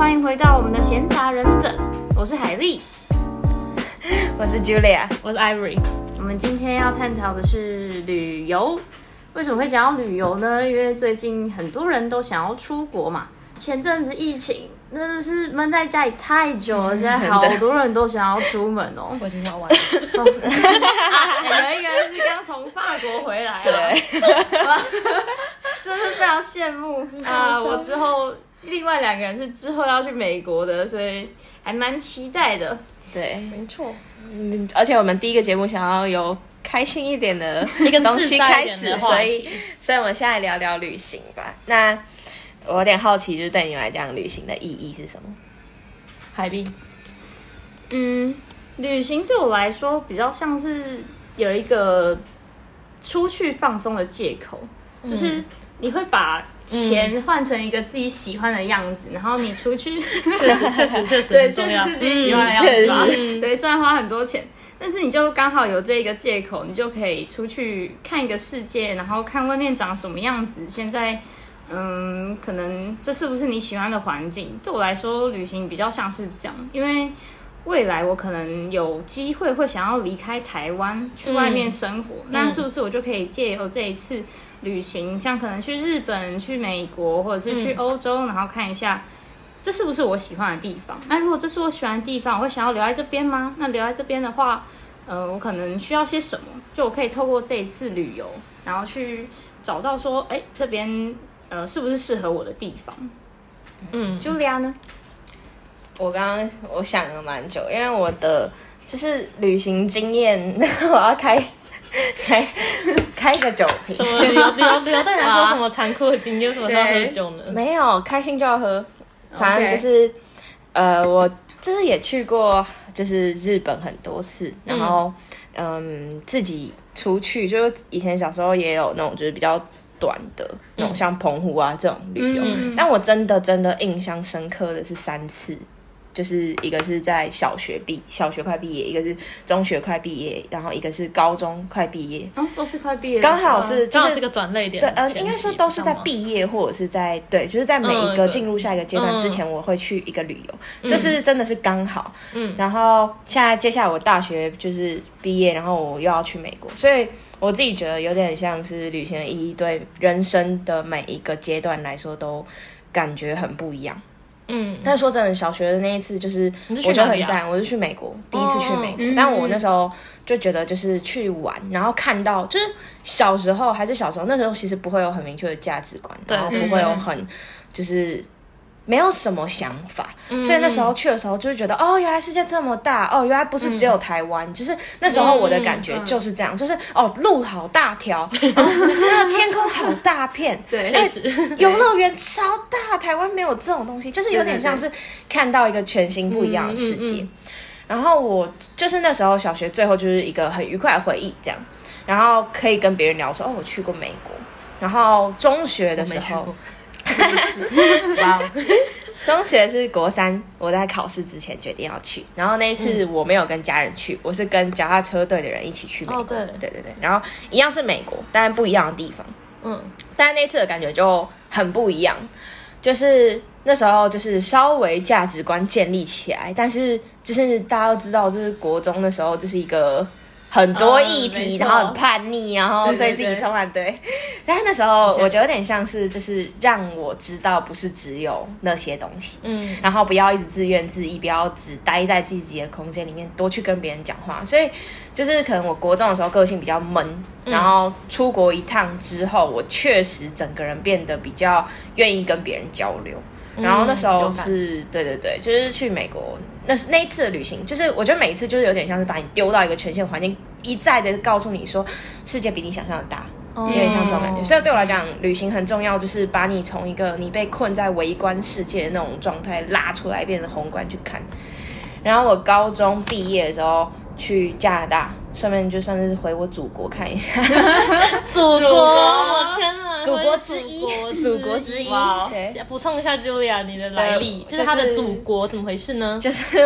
欢迎回到我们的闲杂人等，我是海丽， 我是 Julia， 我是 Ivory。 我们今天要探讨的是旅游。为什么会讲到旅游呢？因为最近很多人都想要出国嘛。前阵子疫情真的是闷在家里太久了，现在好多人都想要出门哦。 我已经玩完了。 有一个人是刚从法国回来了，真是非常羡慕啊！我之后另外2个人是之后要去美国的，所以还蛮期待的。 对， 没错。 而且我们第一个节目想要有开心一点的一个东西开始， 自在一点的话题所以我们现在聊聊旅行吧。那我有点好奇，就是对你们来讲，旅行的意义是什么？ 海丽， 旅行对我来说比较像是有一个出去放松的借口，就是你会把钱换成一个自己喜欢的样子，然后你出去， 确实对， 很重要。 确实是自己喜欢的样子吧。 确实对，虽然花很多钱，但是你就刚好有这个借口，你就可以出去看一个世界，然后看外面长什么样子。现在，可能这是不是你喜欢的环境？对我来说，旅行比较像是这样，因为未来我可能有机会会想要离开台湾，去外面生活，那是不是我就可以借由这一次旅行，像可能去日本、去美国，或者是去欧洲，然后看一下这是不是我喜欢的地方？那如果这是我喜欢的地方，我会想要留在这边吗？那留在这边的话，我可能需要些什么？就我可以透过这一次旅游，然后去找到说，这边是不是适合我的地方？Julia 呢？ 我想了蛮久，因为我的就是旅行经验，我要开一个酒瓶。 怎么旅游对你来说什么残酷的经验？为什么都要喝酒呢？ 没有，开心就要喝。反正就是我就是也去过，就是日本很多次，然后自己出去，就以前小时候也有那种就是比较短的那种像澎湖啊这种旅游，但我真的印象深刻的是3次。就是一个是在小学快毕业，一个是中学快毕业，然后一个是高中快毕业， 都是快毕业的， 刚好是个转类点的对，应该说都是在毕业或者是在对，就是在每一个进入下一个阶段之前，我会去一个旅游，这是真的是刚好。然后接下来我大学就是毕业，然后我又要去美国，所以我自己觉得有点像是旅行的意义，对人生的每一个阶段来说都感觉很不一样。但说真的，小学的那一次就是我就很赞，我是去美国，第一次去美国。但我那时候就觉得就是去玩，然后看到就是小时候那时候其实不会有很明确的价值观，然后不会有很就是没有什么想法，所以那时候去的时候就会觉得原来世界这么大，原来不是只有台湾，就是那时候我的感觉就是这样，就是路好大条，那个天空好大片， 对， 游乐园超大，台湾没有这种东西，就是有点像是看到一个全新不一样的世界。然后我就是那时候小学最后就是一个很愉快的回忆，这样，然后可以跟别人聊说我去过美国。然后中学的时候。 哇， 中学是国3，我在考试之前决定要去，然后那一次我没有跟家人去，我是跟脚踏车队的人一起去美国。对，然后一样是美国，但不一样的地方。但是那次的感觉就很不一样，就是那时候就是稍微价值观建立起来，但是就是大家都知道，就是国中的时候就是一个很多议题，然后很叛逆，然后对自己充满对。但是那时候我觉得有点像是，就是让我知道不是只有那些东西，然后不要一直自怨自艾，不要只待在自己的空间里面，多去跟别人讲话。所以就是可能我国中的时候个性比较闷，然后出国一趟之后，我确实整个人变得比较愿意跟别人交流。然后那时候是对，就是去美国，那一次的旅行，就是我觉得每一次就是有点像是把你丢到一个全新的环境，一再的告诉你说世界比你想象的大，有点像这种感觉。所以对我来讲，旅行很重要，就是把你从一个你被困在微观世界的那种状态拉出来，变成宏观去看。然后我高中毕业的时候去加拿大，顺便就算是回我祖国看一下。 祖国，我天哪！ 祖国之一。 对，补充一下 Julia 你的来历，就是他的祖国怎么回事呢？ 就是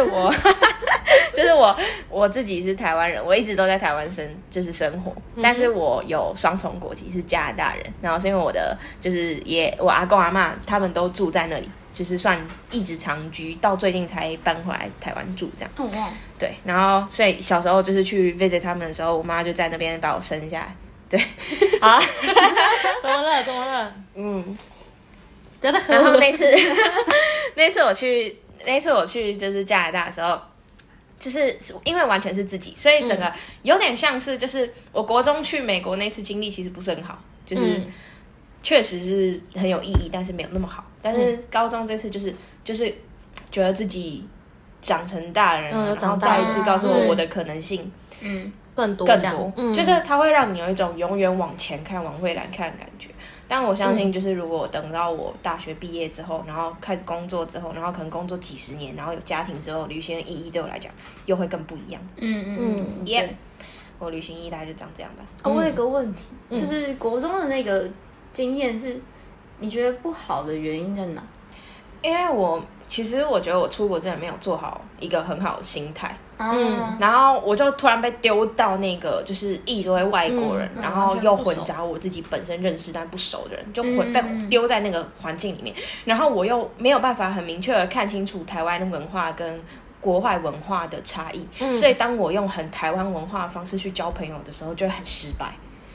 我自己是台湾人，我一直都在台湾生活，但是我有双重国籍，是加拿大人。然后是因为我的就是我阿公阿嬷他们都住在那里。 就是算一直长居，到最近才搬回来台湾住这样。 哦哇， 对，然后所以小时候就是去 visit 他们的时候，我妈就在那边把我生下来。对，好， 怎么了？不要再喝。 然后那次我去就是加拿大的时候。就是因为完全是自己，所以整个有点像是就是我国中去美国那次经历其实不是很好，就是确实是很有意义，但是没有那么好。但是高中这次就是觉得自己长成大人了，然后再一次告诉我的可能性更多， 就是它会让你有一种永远往前看、往未来看的感觉。但我相信，就是如果等到我大学毕业之后，然后开始工作之后，然后可能工作几十年，然后有家庭之后，旅行的意义对我来讲又会更不一样。我旅行意义大概就长这样吧。 我有个问题，就是国中的那个经验是，你觉得不好的原因在哪？ 因为其实我觉得我出国真的没有做好一个很好的心态。然后我就突然被丢到那个就是一堆外国人，然后又混杂我自己本身认识但不熟的人，就被丢在那个环境里面，然后我又没有办法很明确的看清楚台湾文化跟国外文化的差异，所以当我用很台湾文化的方式去交朋友的时候，就会很失败。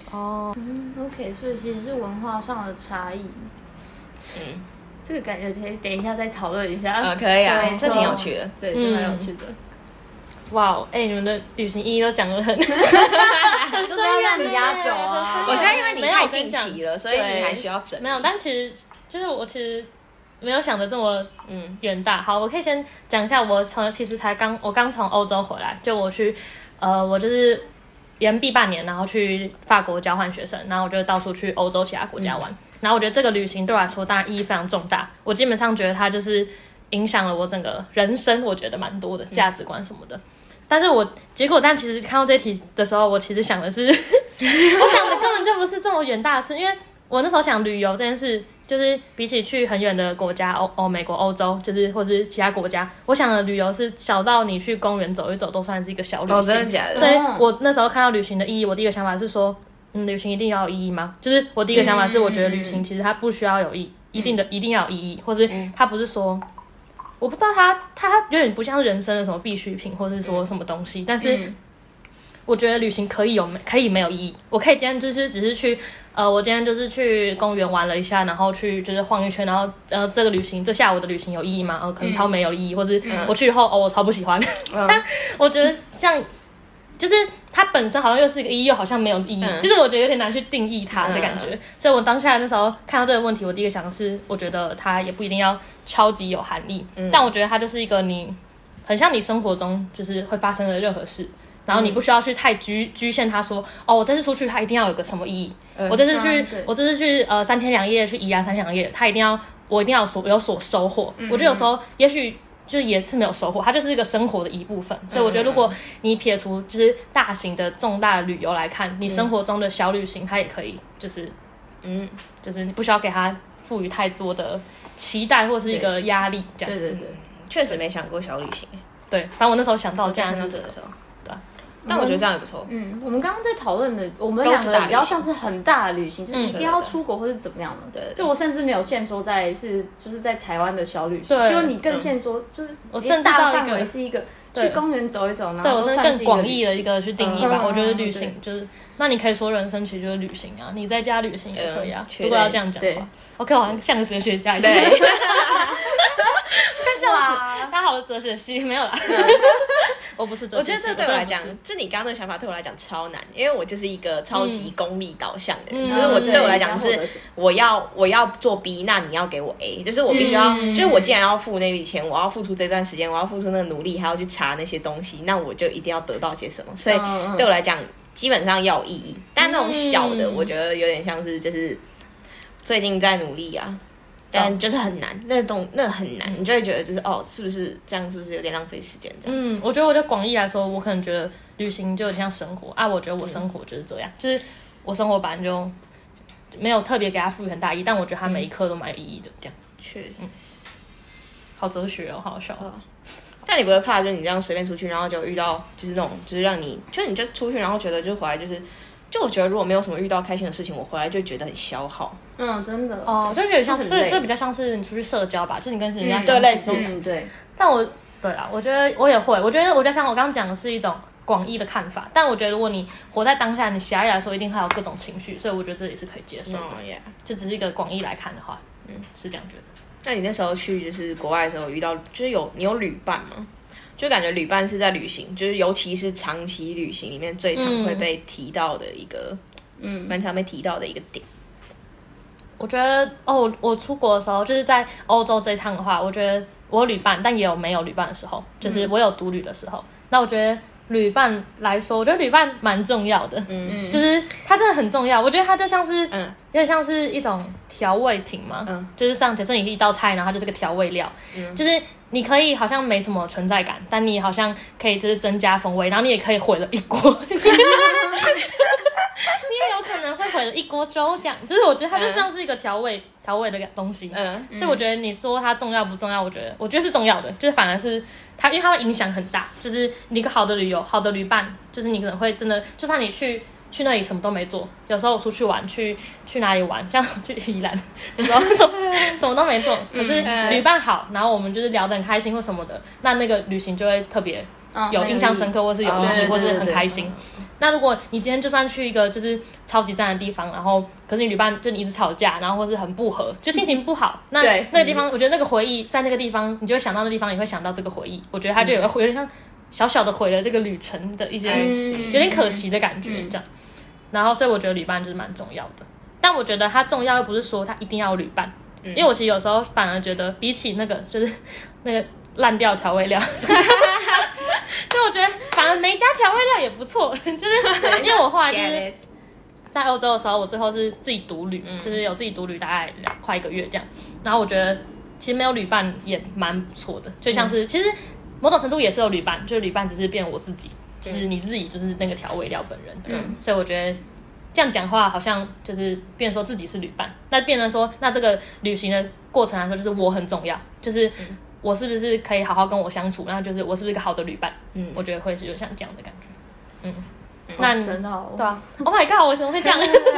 OK， 所以其实是文化上的差异。这个感觉可以等一下再讨论一下。 可以啊，这挺有趣的。 对，这蛮有趣的。 哇，你们的旅行意义都讲得很深远，你压轴啊！ 我觉得因为你太近期了，所以你还需要整理。 没有，但其实就是我其实没有想的这么远大。好，我可以先讲一下，我刚从欧洲回来，就我去我就是延毕半年，然后去法国交换学生，然后我就到处去欧洲其他国家玩。然后我觉得这个旅行对我来说当然意义非常重大，我基本上觉得它就是影响了我整个人生，我觉得蛮多的价值观什么的。但其实看到这题的时候，我其实想的是，我想的根本就不是这么远大的事，因为我那时候想旅游这件事，就是比起去很远的国家，美国、欧洲，就是或是其他国家，我想的旅游是小到你去公园走一走都算是一个小旅行。 真的假的？ 所以我那时候看到旅行的意义，我第一个想法是说，旅行一定要有意义吗？就是我第一个想法是，我觉得旅行其实它不需要有一定要有意义，或是它不是说。我不知道它有点不像人生的什么必需品，或是说什么东西，但是我觉得旅行可以没有意义。我可以今天就是只是去我今天就是去公园玩了一下，然后去就是晃一圈，然后这下午的旅行有意义吗？可能超没有意义，或是我去以后我超不喜欢。但我觉得像就是它本身好像又是一个意义，又好像没有意义，就是我觉得有点难去定义它的感觉。所以我当下那时候看到这个问题，我第一个想的是，我觉得它也不一定要超级有含义，但我觉得它就是一个你很像你生活中就是会发生的任何事，然后你不需要去太局限它说，我这次出去它一定要有个什么意义。我这次去3天2夜去宜兰3天2夜，它我一定要有所收获。我觉得有时候也许。就也是没有收获，它就是一个生活的一部分。所以我觉得，如果你撇除就是大型的重大的旅游来看，你生活中的小旅行，它也可以就是你不需要给它赋予太多的期待或是一个压力这样。 对， 确实没想过小旅行。 对，反正我那时候想到这样是这个时候。 但我觉得这样也不错。 我们刚刚在讨论的，我们两个比较像是很大的旅行，就是一定要出国或是怎么样的。对，就我甚至没有限缩就是在台湾的小旅行，就你更限缩，就是我甚至到一个是一个去公园走一走，然后对我甚至更广义的一个去定义吧。我觉得旅行就是，那你可以说人生其实就是旅行啊，你在家旅行也可以啊。如果要这样讲的话 ，OK， 我好像像个哲学家一样。对，笑死！大家好，哲学系没有啦。我不是哲学系， 我觉得这对我来讲，就你刚刚的想法对我来讲超难，因为我就是一个超级功利导向的人，就是对我来讲就是我要做 B， 那你要给我 A， 就是我必须要，就是我既然要付那笔钱，我要付出这段时间，我要付出那个努力，还要去查那些东西，那我就一定要得到些什么，所以对我来讲基本上要有意义，但那种小的，我觉得有点像是就是最近在努力啊。但就是很难，那很难，你就会觉得就是是不是这样？是不是有点浪费时间？这样。 我觉得广义来说，我可能觉得旅行就有点像生活啊。我觉得我生活就是这样，就是我生活本来就没有特别给它赋予很大意义，但我觉得它每一刻都蛮有意义的。这样， 确实， 好哲学哦，好好笑。 但你不会怕，就是你这样随便出去，然后就遇到就是那种，就是让你，就是你就出去，然后觉得就回来就是就我觉得如果没有什么遇到开心的事情，我回来就觉得很消耗。 真的就觉得像是这比较像是你出去社交吧，就是你跟人家相处类似对。 但对啊，我觉得我也会，我觉得像我刚刚讲的是一种广义的看法，但我觉得如果你活在当下，你狭义来说一定会有各种情绪，所以我觉得这也是可以接受的。就只是一个广义来看的话，是这样觉得。 那你那时候去就是国外的时候遇到，就是你有旅伴吗？就感觉旅伴是在旅行，就是尤其是长期旅行里面最常会被提到的一个，蛮常被提到的一个点。 我觉得我出国的时候，就是在欧洲这一趟的话，我觉得我有旅伴，但也有没有旅伴的时候，就是我有独旅的时候。那我觉得旅伴来说，我觉得旅伴蛮重要的，就是它真的很重要。我觉得它就像是，有点像是一种调味品嘛，就是假设你一道菜，然后它就是个调味料，就是你可以好像没什么存在感，但你好像可以就是增加风味，然后你也可以毁了一锅，你也有可能会毁了一锅粥，这样就是我觉得它就像是一个调味的东西，所以我觉得你说它重要不重要，我觉得是重要的，就是反而是它，因为它会影响很大，就是你一个好的旅游、好的旅伴，就是你可能会真的，就算你去那里什么都没做，有时候我出去玩，去哪里玩，像去宜兰，有时候什么都没做，可是旅伴好，然后我们就是聊得很开心或什么的，那个旅行就会特别有印象深刻，或是有意义，或是很开心。那如果你今天就算去一个就是超级赞的地方，然后可是你旅伴就你一直吵架，然后或是很不合，就心情不好，那个地方，我觉得那个回忆在那个地方，你就会想到那地方，也会想到这个回忆。我觉得它就有点像小小的毁了这个旅程的一些有点可惜的感觉，这样。然后所以我觉得旅伴就是蛮重要的，但我觉得它重要又不是说它一定要有旅伴，因为我其实有时候反而觉得比起那个就是那个烂掉调味料。所以我觉得反而没加调味料也不错，就是因为我后来就是在欧洲的时候，我最后是自己独旅，就是有自己独旅大概快1个月这样。然后我觉得其实没有旅伴也蛮不错的，就像是其实某种程度也是有旅伴，就是旅伴只是变我自己，就是你自己就是那个调味料本人。所以我觉得这样讲话好像就是变成说自己是旅伴，那变成说那这个旅行的过程来说，就是我很重要，就是我是不是可以好好跟我相处，然后就是我是不是一个好的旅伴，我觉得会是有像这样的感觉。 那神哦， 对啊 ，Oh my god， 我为什么会这样？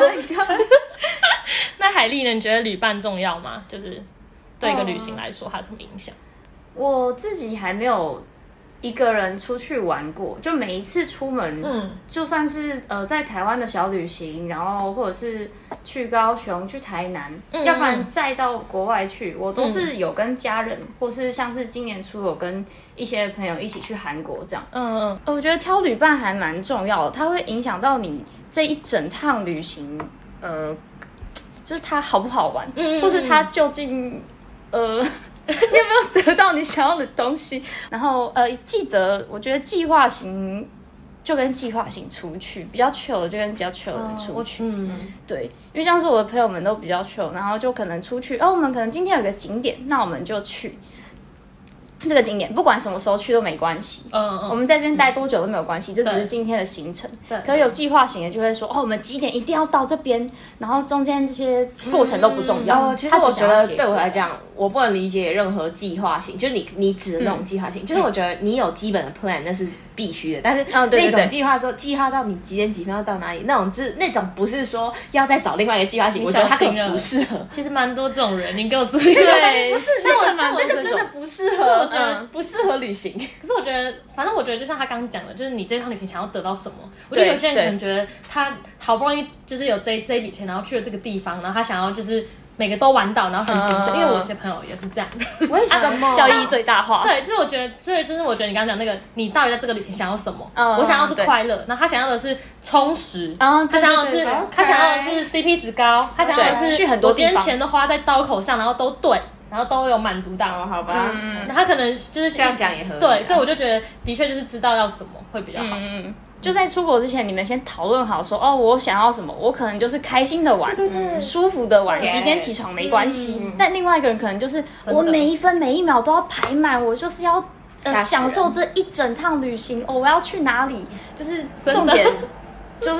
那海莉呢？你觉得旅伴重要吗？就是对一个旅行来说，它有什么影响？ 我自己还没有一个人出去玩过，就每一次出门，就算是在台湾的小旅行，然后或者是去高雄、去台南，要不然再到国外去，我都是有跟家人，或是像是今年初有跟一些朋友一起去韩国这样。我觉得挑旅伴还蛮重要的，它会影响到你这一整趟旅行，就是它好不好玩，或是它究竟你有没有得到你想要的东西？然后记得，我觉得计划型就跟计划型出去，比较 chill 的就跟比较 chill 的人出去。对，因为像是我的朋友们都比较 chill，然后就可能出去，我们可能今天有个景点，那我们就去这个景点，不管什么时候去都没关系。我们在这边待多久都没有关系，这只是今天的行程。可是有计划型的就会说，我们几点一定要到这边，然后中间这些过程都不重要。 其实我觉得对我来讲，我不能理解任何计划型，就是你指的那种计划型，就是我觉得你有基本的 plan 那是必须的，但是那种计划说计划到你几点几分要到哪里，那种不是说要再找另外一个计划型，我觉得他根本不适合。 其实蛮多这种人，你给我注意。 对， 不是，那个真的不适合，我觉得不适合旅行。 可是我觉得，反正我觉得就像他刚刚讲的，就是你这趟旅行想要得到什么，我觉得有些人可能觉得他好不容易就是有这一笔钱，然后去了这个地方，然后他想要就是每个都玩到，然后很谨慎，因为我有些朋友也是这样的。 为什么？ 效益最大化。 对，就是我觉得，所以就是我觉得你刚刚讲那个，你到底在这个旅行想要什么？我想要是快乐，然后他想要的是充实，他想要的是他想要的是 CP 值高，他想要的是去很多地方， 我今天钱都花在刀口上，然后都对。然后都有满足到， 好吧？ 他可能就是这样讲也合理。 对，所以我就觉得，的确就是知道要什么会比较好。 就在出国之前，你们先讨论好说，我想要什么，我可能就是开心的玩，舒服的玩，几点起床没关系。但另外一个人可能就是我每一分每一秒都要排满，我就是要享受这一整趟旅行。我要去哪里？就是重点就是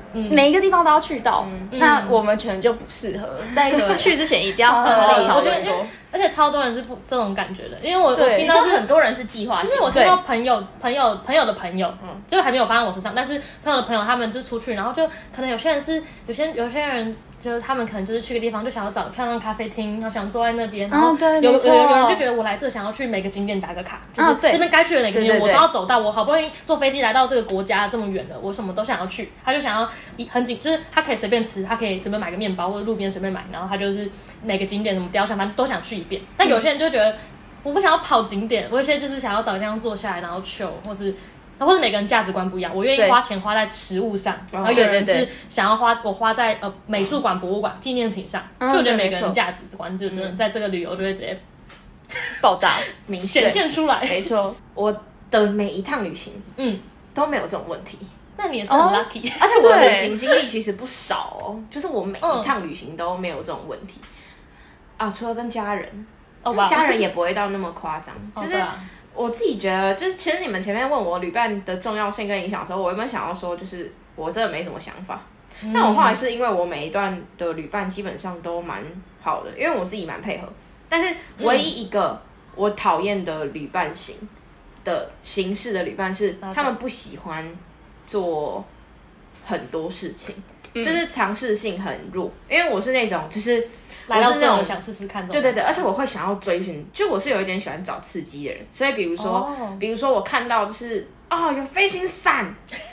每一个地方都要去到，那我们可能就不适合。在去之前一定要好好讨论过。 而且超多人是不这种感觉的，因为我听到很多人是计划性， 就是我听到朋友的朋友，就还没有发生我身上，但是朋友的朋友他们就出去，然后就可能有些人就是他们可能就是去个地方就想要找漂亮咖啡厅，然后想坐在那边，然后有人就觉得我来这想要去每个景点打个卡，就是这边该去的哪个景点我都要走到，我好不容易坐飞机来到这个国家这么远了，我什么都想要去，他就想要很紧，就是他可以随便吃，他可以随便买个面包或者路边随便买，然后他就是每个景点什么雕像反正都想去一遍，但有些人就觉得我不想要跑景点，我有些就是想要找个地方坐下来然后 chill， 或者每个人价值观不一样，我愿意花钱花在食物上，然后有人是想要花在美术馆、博物馆、纪念品上，所以我觉得每个人价值观就真的在这个旅游就会直接爆炸显现出来。 没错，我的每一趟旅行，都没有这种问题。 那你也是很 lucky， 而且我的旅行经历其实不少哦，就是我每一趟旅行都没有这种问题啊，除了跟家人，家人也不会到那么夸张，就是。我自己觉得，就是其实你们前面问我旅伴的重要性跟影响的时候，我原本想要说，就是我真的没什么想法。但我后来是因为我每一段的旅伴基本上都蛮好的，因为我自己蛮配合。但是唯一一个我讨厌的旅伴型的形式的旅伴是，他们不喜欢做很多事情，就是尝试性很弱。因为我是那种就是。 来到这种想试试看这种， 对，而且我会想要追寻，就我是有一点喜欢找刺激的人，所以比如说我看到就是有飞行伞，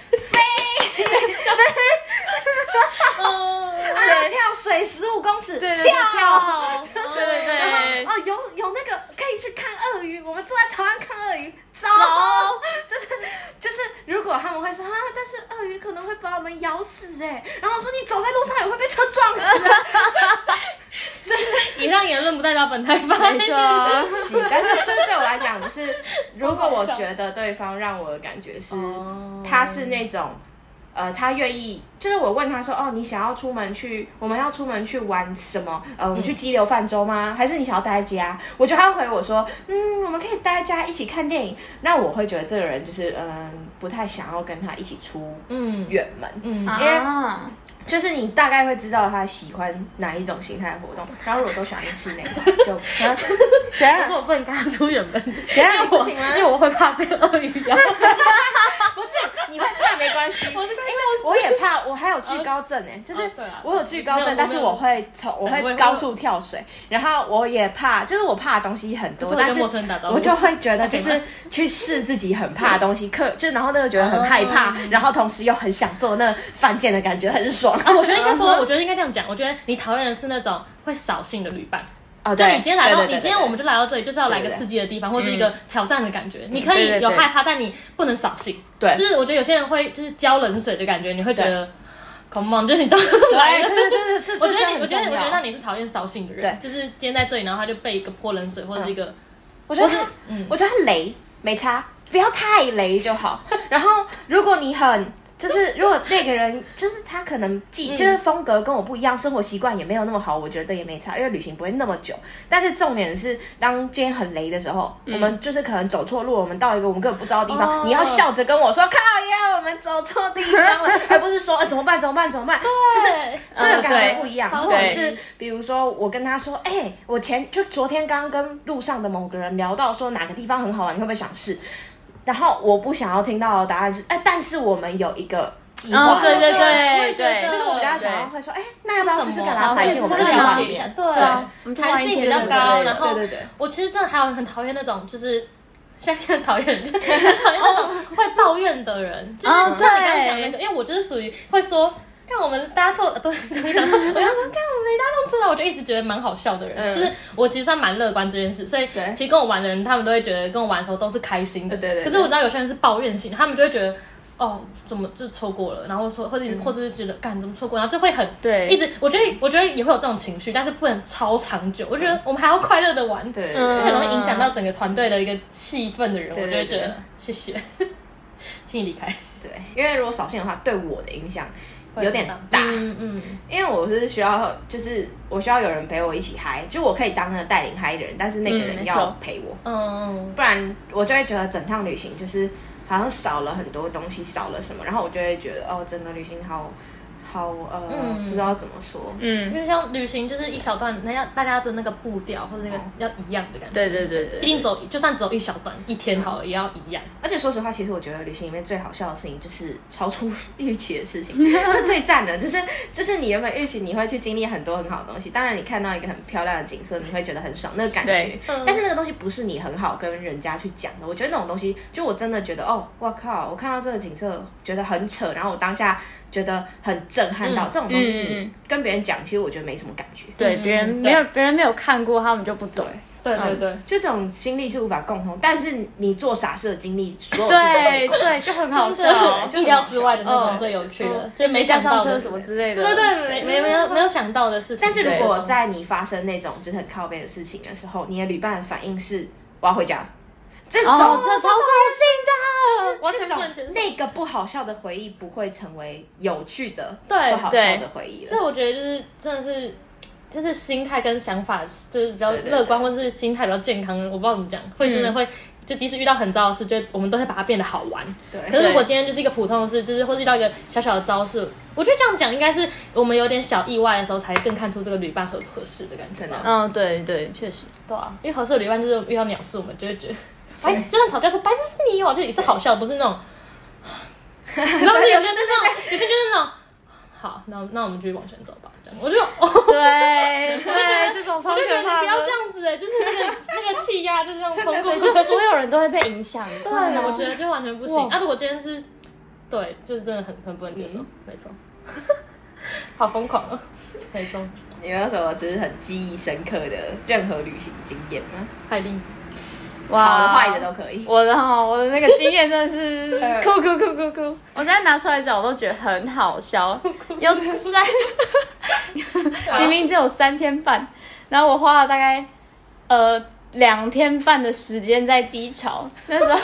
跳水15公尺， 跳， 对，然后有那个可以去看鳄鱼，我们坐在船上看鳄鱼，走，就是如果他们会说但是鳄鱼可能会把我们咬死然后说你走在路上也会被车撞死以上言论不代表本台发言， 没错，但是就是对我来讲，就是如果我觉得对方让我的感觉是，他是那种。他愿意，就是我问他说，你想要出门去，我们要出门去玩什么？我们去激流泛舟吗？还是你想要待在家？我觉得他会回我说，我们可以待在家一起看电影。那我会觉得这个人就是，不太想要跟他一起出远门，因为就是你大概会知道他喜欢哪一种形态的活动。然后如果都喜欢室内的话，就可是我不能跟他出远门，因为我会怕被鳄鱼咬。 不是，你会怕没关系，因为我也怕，我还有惧高症就是我有惧高症，但是我会高处跳水，然后我也怕，就是我怕的东西很多，但是我就会觉得就是去试自己很怕的东西，就然后那个觉得很害怕，然后同时又很想做那犯贱的感觉，很爽。 我觉得应该这样讲，我觉得你讨厌的是那种会扫兴的旅伴。就你今天来到，你今天我们就来到这里，就是要来个刺激的地方，或是一个挑战的感觉。你可以有害怕，但你不能扫兴。 对， 就是我觉得有些人会就是浇冷水的感觉，你会觉得 ，come on，就是你都来了。 对， 我觉得那你是讨厌扫兴的人，就是今天在这里，然后他就被一个泼冷水或者一个， 我觉得他雷没差，不要太雷就好。然后如果你就是如果那个人就是他可能就是风格跟我不一样，生活习惯也没有那么好，我觉得也没差，因为旅行不会那么久。但是重点是，当今天很雷的时候，我们就是可能走错路，我们到一个我们根本不知道的地方，你要笑着跟我说靠呀，我们走错地方了，而不是说怎么办？就是这个感觉不一样。或者是比如说我跟他说，我昨天刚刚跟路上的某个人聊到说哪个地方很好玩，你会不会想试？然后我不想要听到的答案是，但是我们有一个计划， 对， 就是我们跟他想要会说，那要不要试试看来排进我们的计划里面？ 对，弹性比较高。然后， 对， 我其实真的还有很讨厌那种，就是现在很讨厌人，就是很讨厌那种会抱怨的人，就是像你刚刚讲那个，因为我就是属于会说。看我们搭错，对，我想说，看我们没搭上车，我就一直觉得蛮好笑的人，就是我其实算蛮乐观这件事，所以其实跟我玩的人，他们都会觉得跟我玩的时候都是开心的。 对。 可是我知道有些人是抱怨型，他们就会觉得，怎么就错过了，然后说或是觉得干怎么错过，然后就会很一直，我觉得也会有这种情绪，但是不能超长久。我觉得我们还要快乐的玩，就很容易影响到整个团队的一个气氛的人，我就会觉得谢谢，请你离开。 对，因为如果扫兴的话，对我的影响。有点大，因为我是需要，就是我需要有人陪我一起嗨，就我可以当那个带领嗨的人，但是那个人要陪我，不然我就会觉得整趟旅行就是好像少了很多东西，少了什么，然后我就会觉得整个旅行好不知道怎么说， 因为像旅行就是一小段，大家的那个步调或者那个要一样的感觉。 对， 毕竟就算走一小段，一天好了也要一样。 而且说实话，其实我觉得旅行里面最好笑的事情就是超出预期的事情，那最赞的就是你原本预期你会去经历很多很好的东西，当然你看到一个很漂亮的景色，你会觉得很爽，那个感觉。但是那个东西不是你很好跟人家去讲的。我觉得那种东西，就我真的觉得我靠，我看到这个景色觉得很扯，然后我当下觉得很震撼到，这种东西你跟别人讲，其实我觉得没什么感觉。 对，别人没有看过，他们就不懂。 对， 就这种经历是无法共同，但是你做傻事的经历，所有事都对，就很好笑， 意料之外的那种最有趣的，就没想到的什么之类的。 对，没有想到的事情。 但是如果在你发生那种就是很靠背的事情的时候，你的旅伴的反应是我要回家。这种超扫兴的，就是这种那个不好笑的回忆不会成为有趣的不好笑的回忆了。 所以我觉得就是真的是，就是心态跟想法就是比较乐观，或是心态比较健康。我不知道怎么讲，会真的会。就即使遇到很糟的事，我们都会把它变得好玩。 对。 可是如果今天就是一个普通的事，就是或是遇到一个小小的糟事，我觉得这样讲应该是我们有点小意外的时候，才更看出这个旅伴合不合适的感觉。 对，确实。 对啊，因为合适的旅伴就是遇到鸟事，我们就会觉得白痴，就算吵架说白痴是你就也是好笑，不是那种。你知道吗？有些就是那种。好，那我们继续往前走吧。这样，我就对，这种超可怕的。 不要这样子就是那个气压就这样冲过去， 就所有人都会被影响。 对，我觉得就完全不行。如果今天是，对，就是真的很不能接受，没错。好疯狂哦，没错。 你有什么就是很记忆深刻的任何旅行经验吗？ 海丽。 哇， 好的坏的都可以。 我的那个经验真的是哭！我现在拿出来讲，我都觉得很好笑。明明只有3天半，然后我花了大概2天半的时间在低潮。那时候，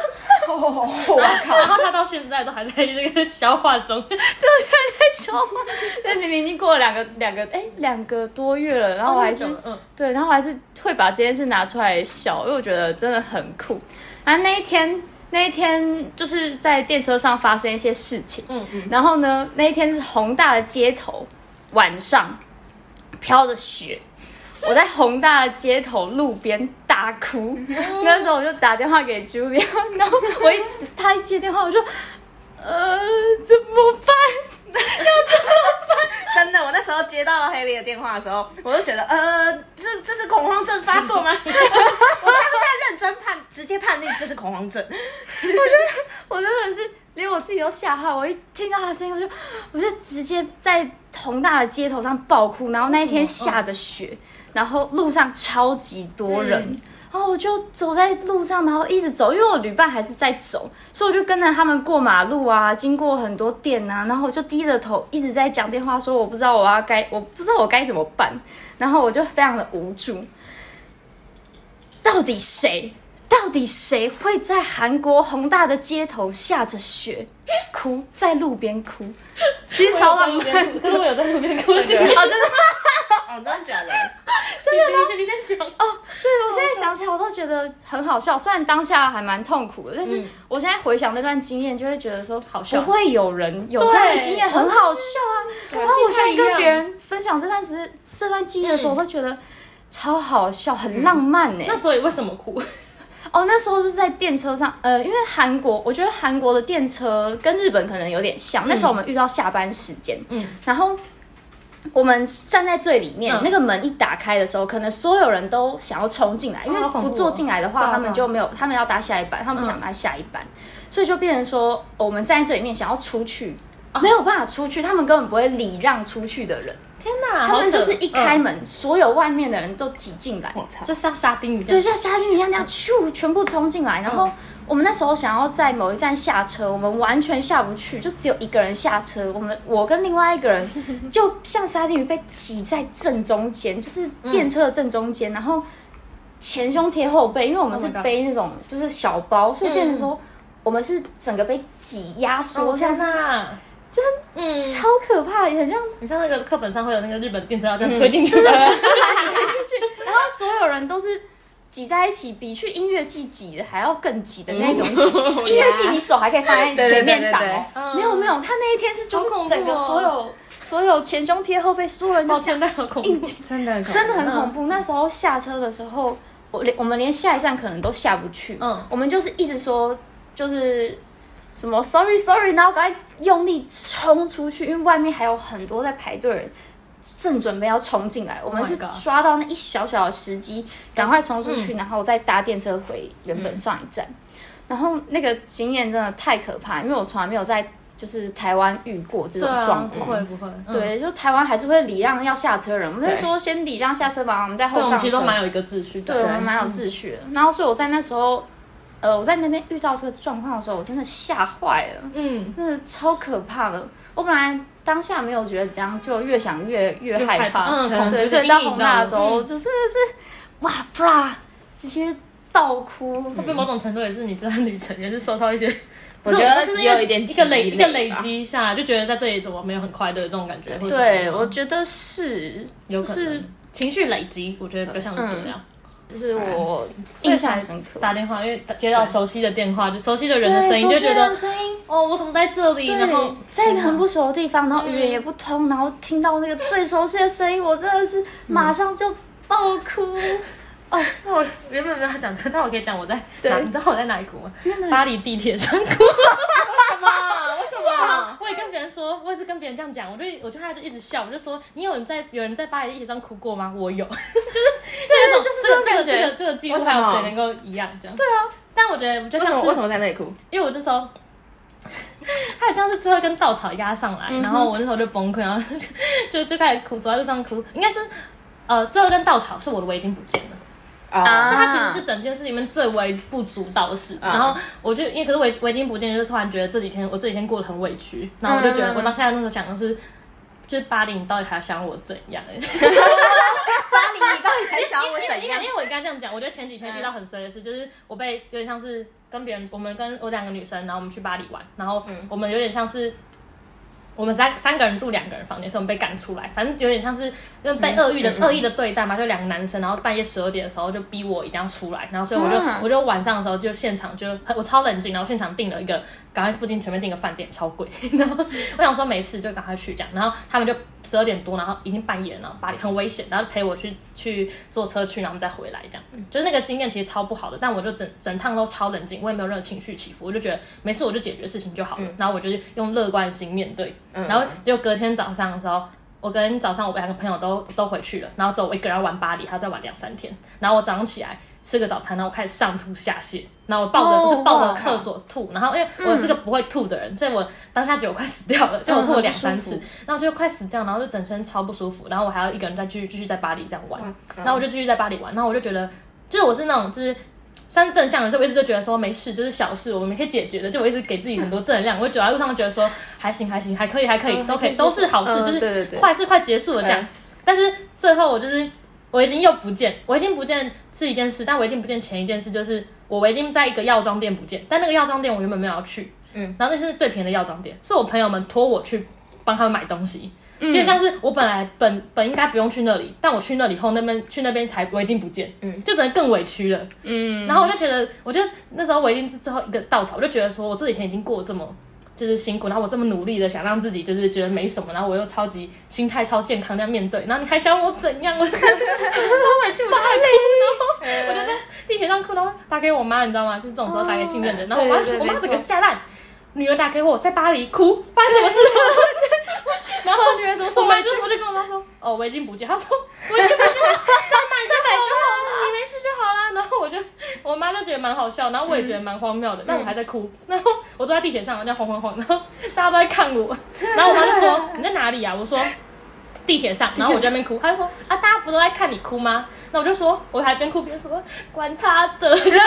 然后他到现在都还在这个消化中， 对，在消化。但明明已经过了2个多月了，然后我还是对，然后我还是会把这件事拿出来笑，因为我觉得真的很酷。然后那一天就是在电车上发生一些事情，然后呢，那一天是宏大的街头，晚上飘着雪。我在宏大的街头路边大哭，那时候我就打电话给 Julia， 然后他一接电话我就怎么办？要怎么办？ 真的，我那时候接到黑莉的电话的时候，我就觉得这是恐慌症发作吗？我当下认真直接判定这是恐慌症。 我真的是连我自己都吓坏，我一听到他的声音，我就直接在宏大的街头上爆哭。然后那一天下着雪，然后路上超级多人，然后我就走在路上，然后一直走，因为我旅伴还是在走，所以我就跟着他们过马路啊，经过很多店啊，然后我就低着头一直在讲电话，说我不知道我该怎么办，然后我就非常的无助。到底谁会在韩国宏大的街头下着雪哭，在路边哭？其实超浪漫。 可是我有在路边哭，真的。 真的假的？ 真的吗？你先讲。 对，我现在想起来我都觉得很好笑，虽然当下还蛮痛苦的，但是我现在回想那段经验，就会觉得说， 好笑， 不会有人有这样的经验，很好笑啊。然后我现在跟别人分享这段经验的时候，我都觉得超好笑，很浪漫欸。 那所以为什么哭？ 那时候就是在电车上，因为我觉得韩国的电车跟日本可能有点像。那时候我们遇到下班时间，然后我们站在最里面，那个门一打开的时候，可能所有人都想要冲进来，因为不坐进来的话，他们就没有，他们要搭下一班，他们不想搭下一班，所以就变成说，我们站在最里面想要出去，没有办法出去，他们根本不会礼让出去的人。 天哪！ 他们就是一开门，所有外面的人都挤进来， 就像沙丁鱼， 就像沙丁鱼一样那样，全部冲进来。然后我们那时候想要在某一站下车，我们完全下不去，就只有一个人下车。我跟另外一个人就像沙丁鱼被挤在正中间，就是电车的正中间，然后前胸贴后背，因为我们是背那种就是小包，所以变成说我们是整个被挤压缩，像是。就是超可怕的，很像那个课本上会有那个日本电车要这样推进去， 对，就是把你推进去，然后所有人都是挤在一起，比去音乐季挤的还要更挤的那种挤。音乐季你手还可以放在前面挡哦，没有，他那一天是就是整个所有前胸贴后背所有人都真的很恐怖， 真的很恐怖。那时候下车的时候，我们连下一站可能都下不去，我们就是一直说就是什么 sorry， 然后赶快用力冲出去，因为外面还有很多在排队的人。正准备要冲进来，我们是抓到那一小小的时机，赶快冲出去，然后再搭电车回原本上一站。然后那个经验真的太可怕，因为我从来没有在就是台湾遇过这种状况。 不会。 对，就台湾还是会礼让要下车的人，我们会说先礼让下车吧，我们再后上车。 对，我们其实都蛮有一个秩序的。 对，我们蛮有秩序的。然后所以我在那时候，我在那边遇到这个状况的时候，我真的吓坏了，真的超可怕的。我本来当下没有觉得这样，就越想越害怕，对，所以到宏大的时候，就真的是哇，bra， 直接倒哭。 会不会某种程度也是你这段旅程也是受到一些， 我觉得就是有一点一个累积下来，就觉得在这里怎么没有很快乐这种感觉。 对，我觉得是有可能情绪累积，我觉得比较像是这样。 就是我印象深刻， 打电话，因为接到熟悉的电话，就熟悉的人的声音，就觉得哦，我怎么在这里？然后在一个很不熟的地方，然后语言也不通，然后听到那个最熟悉的声音，我真的是马上就爆哭。 哦，那我原本没有讲这，但我可以讲我在哪？你知道我在哪里哭吗？巴黎地铁上哭。 什么？为什么？ 我也跟别人说，我也是跟别人这样讲，我就他就一直笑，我就说你有人在巴黎地铁上哭过吗？我有，就是这个记录还有谁能够一样这样？ 对啊， 但我觉得就像是为什么在那里哭？ 因为我这时候。他好像是最后一根稻草压上来，然后我那时候就崩溃，然后就开始哭，走在路上哭。应该是最后一根稻草是我的围巾不见了。那它其实是整件事里面最微不足道的事，然后我就因为可是围巾不见，就是突然觉得这几天过得很委屈，然后我就觉得我当下那时候想的是，就是巴黎你到底还想我怎样？ 巴黎你到底还想我怎样？ 因为我刚刚这样讲，我觉得前几天遇到很衰的事，就是我被有点像是跟别人，我2个女生，然后我们去巴黎玩，然后我们有点像是。我们三个人住2个人房间，所以我们被赶出来，反正有点像是因为被恶意的对待嘛，就2个男生，然后半夜12点的时候就逼我一定要出来，然后所以我就晚上的时候就现场我超冷静，然后现场订了一个赶快附近随便订个饭店超贵，然后我想说没事就赶快去这样，然后他们就12点多，然后已经半夜了，然后巴黎很危险，然后陪我去坐车去，然后我们再回来这样，就是那个经验其实超不好的，但我就整趟都超冷静，我也没有任何情绪起伏，我就觉得没事我就解决事情就好了，然后我就是用乐观心面对。然后就隔天早上的时候，我跟早上我2个朋友都回去了，然后走我一个人玩巴黎，还要再玩2-3天。然后我早上起来吃个早餐，然后我开始上吐下泻，然后我是抱着厕所吐，然后因为我是个不会吐的人，所以我当下觉得我快死掉了，就我吐了2-3次，然后就快死掉，然后就整身超不舒服，然后我还要一个人再继续在巴黎这样玩，然后我就继续在巴黎玩，然后我就觉得，就是我是那种就是。算是正向的时候，我一直就觉得说没事，就是小事，我们可以解决的。就我一直给自己很多正能量，我就走在路上觉得说还行，还可以，都可以，都是好事，就是坏事快结束了这样。但是最后我围巾又不见，围巾不见是一件事，但围巾不见前一件事就是我围巾在一个药妆店不见，但那个药妆店我原本没有要去，然后那是最便宜的药妆店，是我朋友们托我去帮他们买东西。就像是我本来本应该不用去那里，但我去那里后去那边才围巾不见，就真的更委屈了。然后我就觉得那时候围巾是最后一个稻草，我就觉得说我这几天已经过得这么就是辛苦，然后我这么努力的想让自己就是觉得没什么，然后我又超级心态超健康这样面对，然后你还想我怎样？我超委屈，我就在哭，然后我就在地铁上哭，然后打给我妈，你知道吗？就是这种时候打给信任人，然后我妈整个吓烂。女儿打给我，在巴黎哭，发生什么事？然后女儿怎么说？我就跟我妈说，哦，围巾不见。她说围巾不见，再买就好了，你没事就好啦。然后我妈就觉得蛮好笑，然后我也觉得蛮荒谬的，但我还在哭。然后我坐在地铁上，就晃，然后大家都在看我。然后我妈就说你在哪里啊？我说地铁上，然后我在那边哭，她就说啊，大家不都在看你哭吗？那我就说，我还边哭边说，管他的。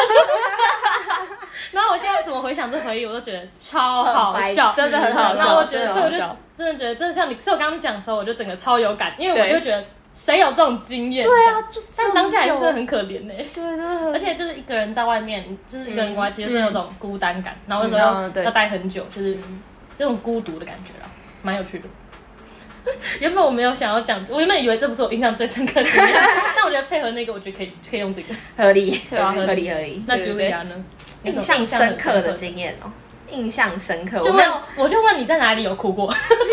然后我现在怎么回想这回忆，我都觉得超好笑， 真的很好笑。 然后我觉得，所以我就真的觉得，真的像你，所以我刚刚讲的时候，我就整个超有感，因为我就觉得谁有这种经验？ 对啊， 但当下也是真的很可怜呢。 对，真的很。 而且就是一个人在外面，就是一个人国外，其实真的有种孤单感。然后那时候要待很久，就是那种孤独的感觉啦，蛮有趣的。 原本我没有想要讲，我原本以为这不是我印象最深刻的经验，但我觉得配合那个，我觉得可以用这个， 合理， 对啊， 合理。 那 Julia 呢？ 印象深刻的经验哦，印象深刻。 我就问你在哪里有哭过？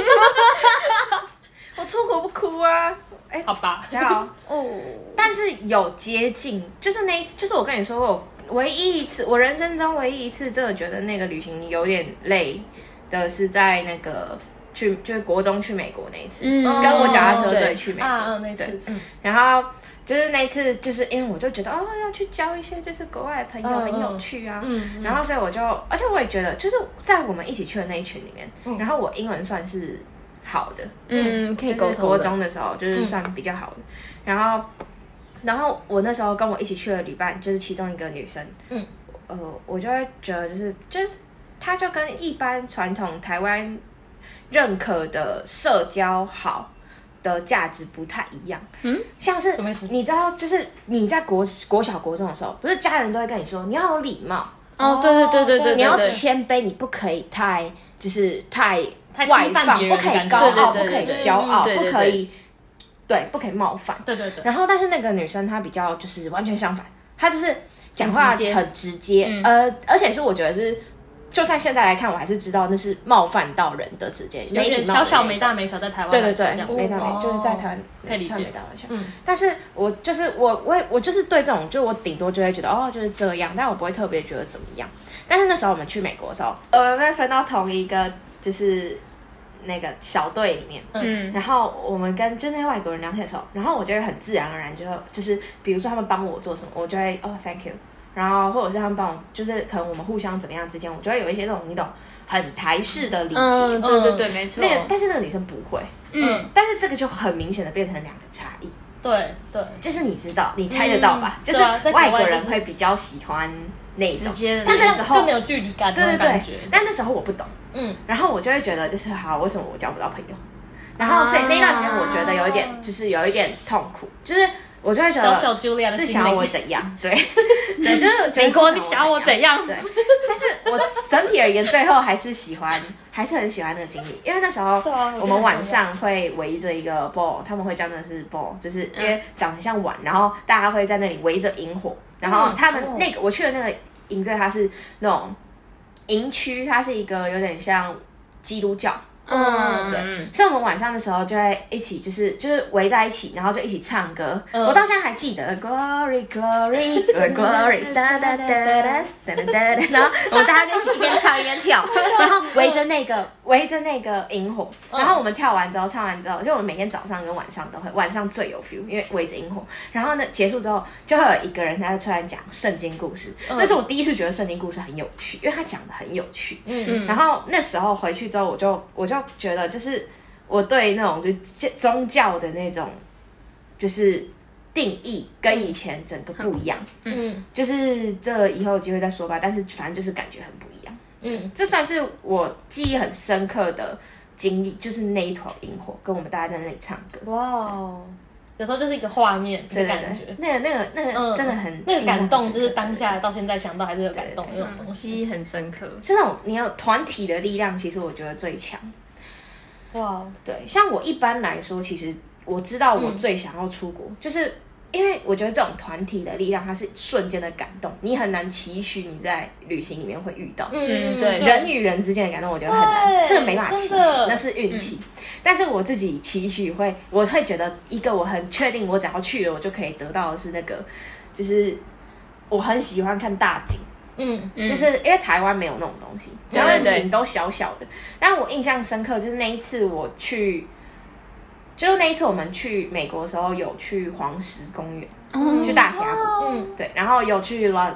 我出国不哭啊。 好吧， 好哦。但是有接近，就是那一次，就是我跟你说，我唯一一次，我人生中唯一一次真的觉得那个旅行有点累的是在那个就是国中去美国那一次，跟我脚踏车队去美国那次， 然后就是那一次，就是因为我就觉得要去交一些就是国外的朋友很有趣啊，然后所以我就，而且我也觉得就是在我们一起去的那一群里面，然后我英文算是好的， 可以沟通的。 国中的时候就是算比较好的，然后我那时候跟我一起去的旅伴就是其中一个女生，我就会觉得就是她就跟一般传统台湾认可的社交好的价值不太一样，像是什么意思？ 你知道，就是你在国小国中的时候，不是家人都会跟你说你要有礼貌， 对， 你要谦卑，你不可以太外放，不可以高傲，不可以骄傲，不可以不可以冒犯， 对。 然后，但是那个女生她比较就是完全相反，她就是讲话很直接，而且是我觉得是，就算现在来看，我还是知道那是冒犯到人的直接， 有点小没大没小，在台湾对，没大没就是在台湾可以理解没大没小，但是我就是我就是对这种，就我顶多就会觉得就是这样，但我不会特别觉得怎么样。但是那时候我们去美国的时候，我们被分到同一个就是那个小队里面，然后我们跟就那些外国人聊天的时候，然后我就会很自然而然就是比如说他们帮我做什么，我就会thank you， 然后或者是他们帮我，就是可能我们互相怎么样之间，我就会有一些那种你懂很台式的礼节， 对，没错。 但是那个女生不会，但是这个就很明显的变成两个差异。 对， 就是你知道，你猜得到吧？就是外国人会比较喜欢那种直接的， 但那时候更没有距离感，对， 但那时候我不懂，然后我就会觉得就是好，为什么我交不到朋友？然后所以那段时间我觉得有一点痛苦，就是我就会觉得小 Julia 的是想要我怎样？对，就是美国你想要我怎样？ 对，但是我整体而言最后还是很喜欢那个经历，因为那时候我们晚上会围着一个 ball， 他们会叫那个是 ball， 就是因为长得很像碗，然后大家会在那里围着萤火，然后他们那个我去的那个营队，它是那种营区，它是一个有点像基督教。对，所以我们晚上的时候就会一起，就是围在一起，然后就一起唱歌。我到现在还记得 Glory Glory Glory 哒哒哒哒哒哒哒，然后我们大家就一起一边唱一边跳，然后围着那个萤火，然后我们跳完之后唱完之后，就我们每天早上跟晚上都会，晚上最有 feel， 因为围着萤火。然后呢结束之后，就会有一个人他就突然讲圣经故事，那是我第一次觉得圣经故事很有趣，因为他讲的很有趣。然后那时候回去之后，我就觉得就是我对那种就宗教的那种就是定义跟以前整个不一样，就是这以后有机会再说吧，但是反正就是感觉很不一样，这算是我记忆很深刻的经历，就是那一团萤火跟我们大家在那里唱歌， 哇，有时候就是一个画面的感觉， 那个真的很那个感动，就是当下到现在想到还是有感动的那种东西， 很深刻， 就那种你有团体的力量，其实我觉得最强。 哇， 对，像我一般来说，其实我知道我最想要出国，就是因为我觉得这种团体的力量，它是瞬间的感动，你很难期许你在旅行里面会遇到。 对， 人与人之间的感动，我觉得很难，这个没办法期许，那是运气。但是我自己期许我会觉得一个我很确定，我只要去了，我就可以得到的是那个，就是我很喜欢看大景。就是因为台湾没有那种东西，台湾景都小小的。但我印象深刻，就是那一次我去，就是那一次我们去美国的时候，有去黄石公园，去大峡谷，对，然后有去 Las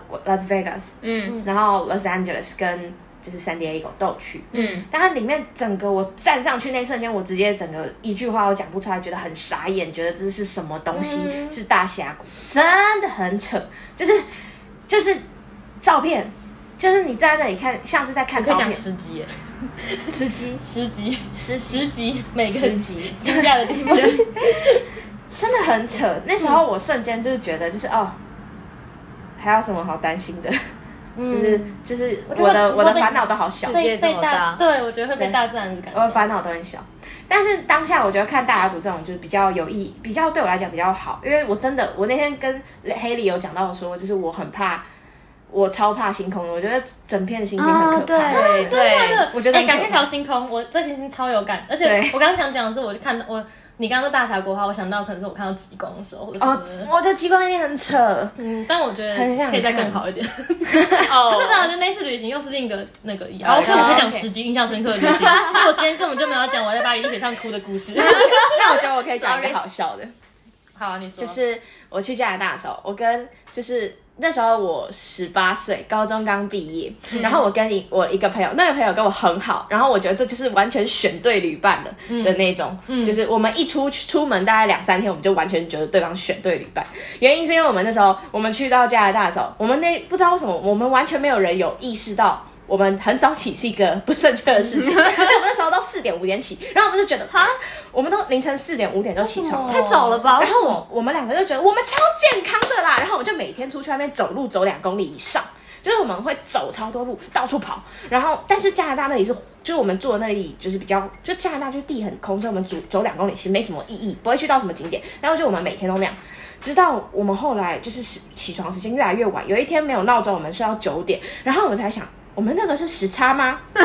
Vegas，然后 Los Angeles 跟就是 San Diego 都有去，但它里面整个我站上去那一瞬间，我直接整个一句话都讲不出来，觉得很傻眼，觉得这是什么东西，是大峡谷，真的很扯，就是照片，就是你站在那里看，像是在看照片。 十集耶， 十集， 每个十集惊讶的地方， 真的很扯。那时候我瞬间就是觉得，就是还有什么好担心的？就是我的烦恼都好小， 世界这么大， 对，我觉得会被大自然感动。 我的烦恼都很小。 但是当下我觉得看大峡谷这种就是比较有意义，比较对我来讲比较好，因为我那天跟黑里有讲到说，就是我超怕星空的，我觉得整片的星星很可怕。 对， 我觉得感谢条星空，我对星星超有感，而且我刚刚想讲的是，我就看到你刚刚说大峡谷的话，我想到可能是我看到极光的时候，或者我觉得极光一定很扯， 但我觉得可以再更好一点。 哦， 真的，就那次旅行又是另一个那个一样。我可以讲10集印象深刻的旅行，因为我今天根本就没有讲我在巴黎地铁上哭的故事。 那我觉得我可以讲一个好笑的。 好啊，你说。 就是我去加拿大的时候，我跟那时候我18岁，高中刚毕业，然后我跟我一个朋友，那个朋友跟我很好，然后我觉得这就是完全选对旅伴了的那种，就是我们一出门大概2-3天，我们就完全觉得对方选对旅伴。原因是因为我们那时候我们去到加拿大的时候，我们不知道为什么，我们完全没有人有意识到。我们很早起是一个不正确的事情，因为我们那时候都4点5点起，然后我们就觉得我们都凌晨4点5点就起床， 太早了吧？ 然后我们2个就觉得我们超健康的啦，然后我们就每天出去外面走路走2公里以上，就是我们会走超多路，到处跑。然后但是加拿大那里就是我们住的那里就是比较，就加拿大就是地很空，所以我们走2公里其实没什么意义，不会去到什么景点。然后就我们每天都那样。直到我们后来就是起床时间越来越晚，有一天没有闹钟，我们睡到9点，然后我们才想。我们那个是时差吗？对，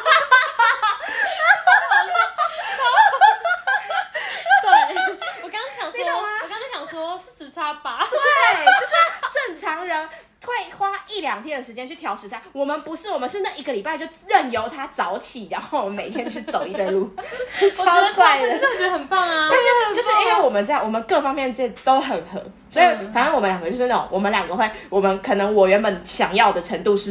我刚刚想说是时差吧？ 对，就是正常人会花1-2天的时间去调时差，我们不是，我们是那1个礼拜就任由它早起，然后我们每天去走一堆路，超怪的， 这我觉得很棒啊！ 但是就是因为我们各方面这都很合，所以反正我们2个就是那种，我们2个我们可能我原本想要的程度是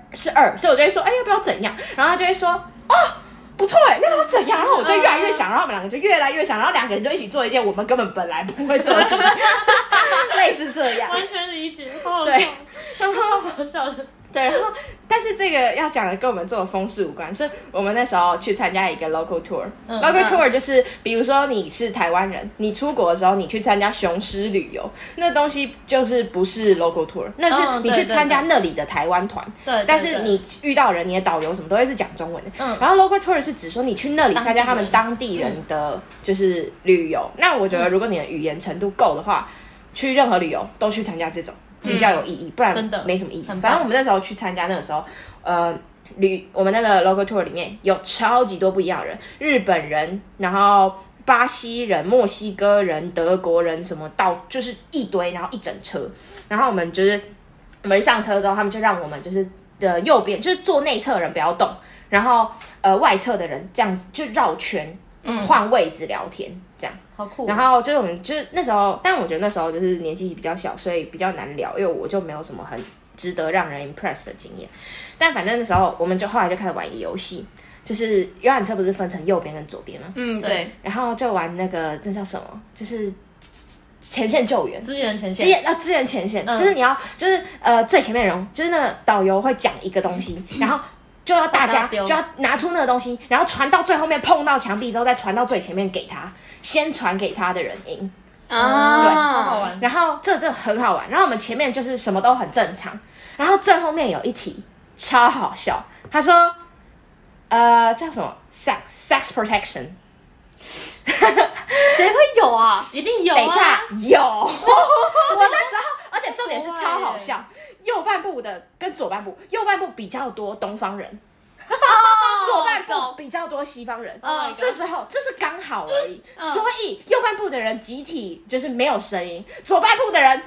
2，所以我就会说，要不要怎样？然后他就会说，不错要不要怎样？然后我就越来越想，然后我们2个就越来越想，然后2个人就一起做一件我们根本本来不会做的事情，类似这样， 完全理解，好对，然后超好笑的。 对，然后但是这个要讲的跟我们做的风事无关，是我们那时候去参加一个 local tour，local tour 就是比如说你是台湾人，你出国的时候你去参加雄狮旅游，那东西就是不是 local tour， 那是你去参加那里的台湾团， 对， 但是你遇到人，你的导游什么都会是讲中文的，然后 local tour 是指说你去那里参加他们当地人的就是旅游，那我觉得如果你的语言程度够的话，去任何旅游都去参加这种。比较有意义，不然没什么意义。反正我们那时候去参加那个时候，我们那个 local tour 里面有超级多不一样的人，日本人，然后巴西人、墨西哥人、德国人，什么到就是一堆，然后一整车。然后我们一上车之后，他们就让我们就是右边就是坐内侧的人不要动，然后外侧的人这样子就绕圈换位置聊天这样。 好酷。 然后就是我们就是那时候，但我觉得那时候就是年纪比较小，所以比较难聊，因为我就没有什么很值得让人 impress 的经验。但反正那时候我们就后来就开始玩一个游戏，就是游览车不是分成右边跟左边吗？ 对。 然后就玩那叫什么？就是前线救援， 支援前线， 支援前线，就是你要就是最前面的人，就是那个导游会讲一个东西，然后。就要大家就要拿出那个东西，然后传到最后面碰到墙壁之后，再传到最前面给他，先传给他的人赢。 对，超好玩。 然后这很好玩。然后我们前面就是什么都很正常，然后最后面有一题超好笑，他说叫什么 sex protection， 谁会有啊？ 一定有啊！ 等一下有，我那时候，而且重点是超好笑。右半部的跟左半部，右半部比较多东方人，左半部比较多西方人。这时候这是刚好而已，所以右半部的人集体就是没有声音，左半部的人。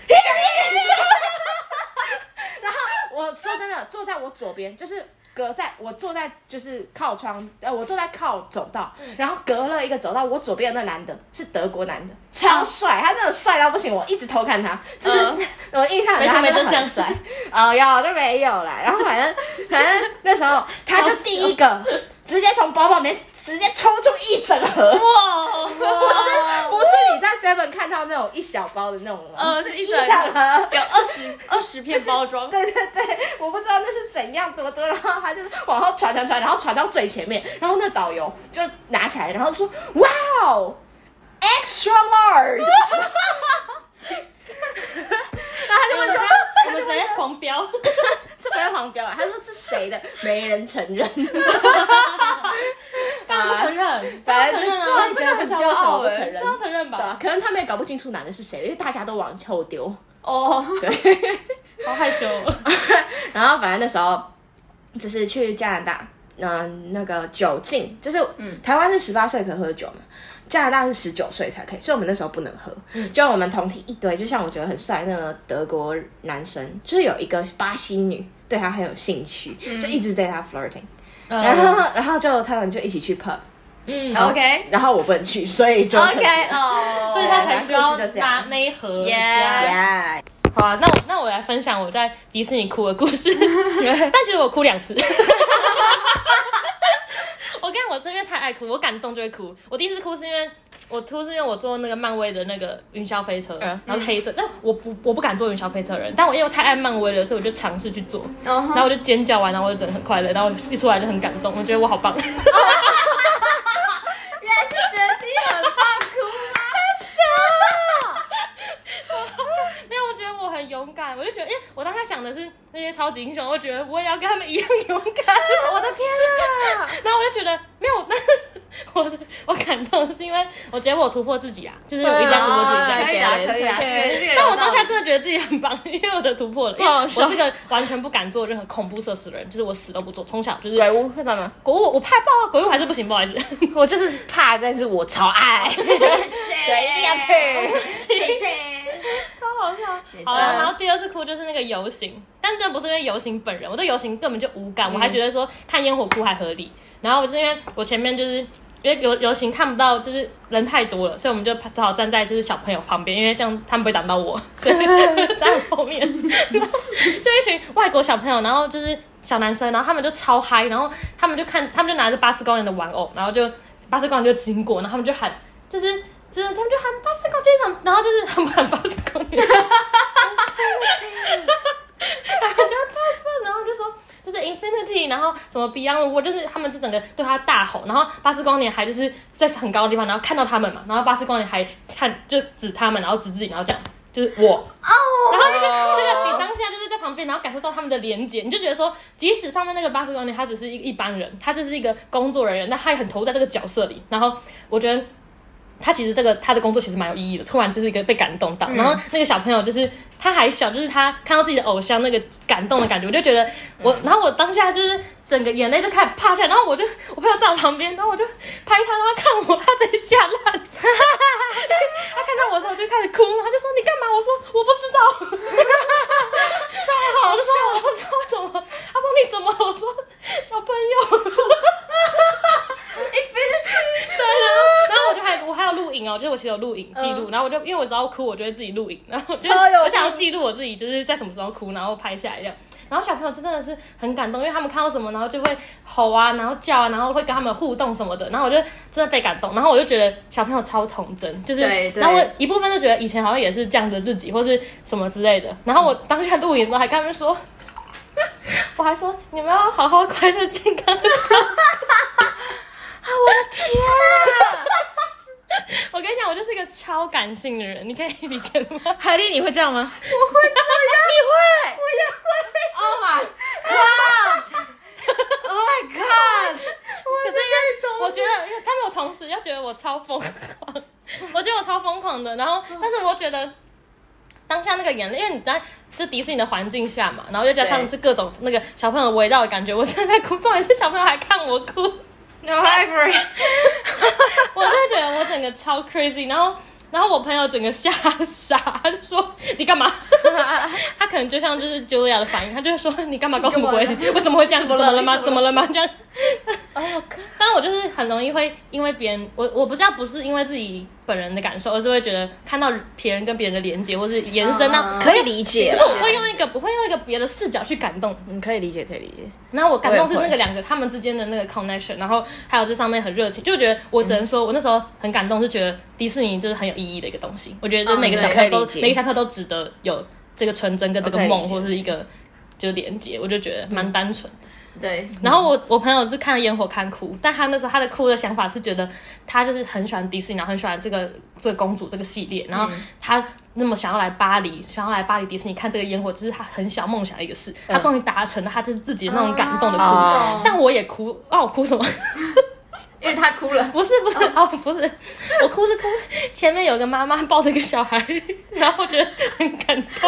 然后我说真的，坐在我左边就是。我坐在就是靠窗，我坐在靠走道，然后隔了一个走道，我左边的那男的是德国男的，超帅，他真的帅到不行，我一直偷看他，就是我印象里他真的很帅，就没有啦。然后反正那时候他就第一个直接从包包里面直接抽出一整盒，哇！不是你在 Seven 看到那种一小包的那种，是一整盒， 有20片包装。 对，我不知道那是怎样多多，然后他就往后传，然后传到最前面，然后那导游就拿起来，然后说哇哦 ，extra large， 然后他就问说， 我们直接狂飙。 这不要黄标啊！他说这谁的？没人承认。 干嘛不承认？ 反正承认啊， 这个很骄傲不承认， 这要承认吧？ 对啊，可能他们也搞不清楚男的是谁，因为大家都往后丢。 哦， 对， 好害羞。 然后反正那时候就是去加拿大，那个酒禁就是，台湾是18岁可以喝酒嘛。加拿大是19岁才可以，所以我们那时候不能喝。就我们同梯一堆，就像我觉得很帅那个德国男生，就是有一个巴西女对他很有兴趣，就一直对他 flirting。然后就他们就一起去 pub。 OK， 然后我不能去，所以就 OK 哦， 所以他才需要拿那一盒。 Yeah。 好啊，那我来分享我在迪士尼哭的故事，但其实我哭2次。我真的太爱哭，我感动就会哭。我第一次哭是因为我坐那个漫威的那个云霄飞车，然后黑色。但我不敢坐云霄飞车的人，但因为我太爱漫威了，所以我就尝试去坐。然后我就尖叫完，然后我就整个很快乐，然后一出来就很感动，我觉得我好棒。 原来是觉得自己很棒哭吗？ 没有，我觉得我很勇敢，我就觉得，因为我当时想的是那些超级英雄，我觉得我也要跟他们一样勇敢。 我的天啊！ 然后我就觉得没有，但是我感动的是因为我觉得我突破自己啊，就是我一直在突破自己。 可以啊，可以啊。 但我当下真的觉得自己很棒，因为我的突破了。因为我是个完全不敢做任何恐怖设施的人，就是我死都不做，从小就是鬼屋会干嘛？ 鬼屋我怕爆啊，鬼屋还是不行，不好意思， 我就是怕，但是我超爱，对，一定要去。 超好笑。好了，然后第二次哭就是那个游行，但这不是因为游行本人，我对游行根本就无感，我还觉得说看烟火哭还合理。然后我是因为我前面就是因为游行看不到，就是人太多了，所以我们就只好站在就是小朋友旁边，因为这样他们不会挡到我，所以就站后面。然后就一群外国小朋友，然后就是小男生，然后他们就超嗨，然后他们就拿着巴斯光年的玩偶，然后就巴斯光年就经过，然后他们就喊，就是他们就喊巴斯光年场，然后就是他们喊巴斯光年，然后就说就是 Infinity， 然后什么 Beyond World， 就是他们就整个对他大吼，然后巴斯光年还就是在很高的地方，然后看到他们嘛，然后巴斯光年还就指他们，然后指自己，然后讲就是我，然后就是那个你当下就是在旁边，然后感受到他们的连结，你就觉得说，即使上面那个巴斯光年他只是一般人，他就是一个工作人员，但他也很投入在这个角色里，然后我觉得。他其实他的工作其实蛮有意义的，突然就是一个被感动到，然后那个小朋友就是他还小，就是他看到自己的偶像那个感动的感觉，我就觉得然后我当下就是整个眼泪就开始趴下来，然后我朋友在我旁边，然后我就拍他，然后他看我，他在吓烂，他看到我之后就开始哭，他就说你干嘛？我说我不知道， 超好笑， 我就说我不知道怎么，他说你怎么？我说小朋友。对，然后我还有录影哦，就是我其实有录影记录，然后因为我只要哭，我就会自己录影，然后我想要记录我自己就是在什么时候哭，然后拍下来这样。然后小朋友真的是很感动，因为他们看到什么，然后就会吼啊，然后叫啊，然后会跟他们互动什么的，然后我就真的被感动，然后我就觉得小朋友超童真，就是，然后我一部分就觉得以前好像也是这样的自己，或是什么之类的。然后我当下录影的时候还跟他们说，我还说你们要好好快乐健康的长大。 我的天啊！ 我跟你讲，我就是一个超感性的人，你可以理解吗？ 海莉，你会这样吗？ 我会这样， 你会， 我也会。 Oh my god！Oh my god！ 可是我觉得，但是我同时又觉得我超疯狂，我觉得我超疯狂的。然后，但是我觉得当下那个眼泪，因为你在这迪士尼的环境下嘛，然后又加上这各种那个小朋友围绕的感觉，我真的在哭。重点是小朋友还看我哭。 No ivory， 我真的觉得我整个超 crazy， 然后我朋友整个吓傻，他就说你干嘛？他可能就像就是 Julia 的反应，他就会说你干嘛告诉鬼？为什么会这样子？怎么了吗？怎么了吗？这样。但我就是很容易会因为别人，我不是因为自己本人的感受，而是会觉得看到别人跟别人的连结或是延伸啊， 可以理解。 可是我会用一个别的视角去感动。 可以理解，可以理解。 然后我感动是那个两个他们之间的那个 connection， 然后还有这上面很热情，就觉得我只能说我那时候很感动，是觉得迪士尼就是很有意义的一个东西。我觉得就是每个小朋友都值得有这个纯真跟这个梦，或是一个就是连结，我就觉得蛮单纯的。 对， 然后我朋友是看烟火看哭，但他那时候他的哭的想法是觉得他就是很喜欢迪士尼，然后很喜欢这个公主这个系列，然后他那么想要来巴黎迪士尼看这个烟火，就是他很想梦想的一个事，他终于达成了，他就是自己的那种感动的哭。但我也哭，我哭什么？ 因为他他哭了。 不是不是我哭是哭前面有个妈妈抱着一个小孩，然后我觉得很感动。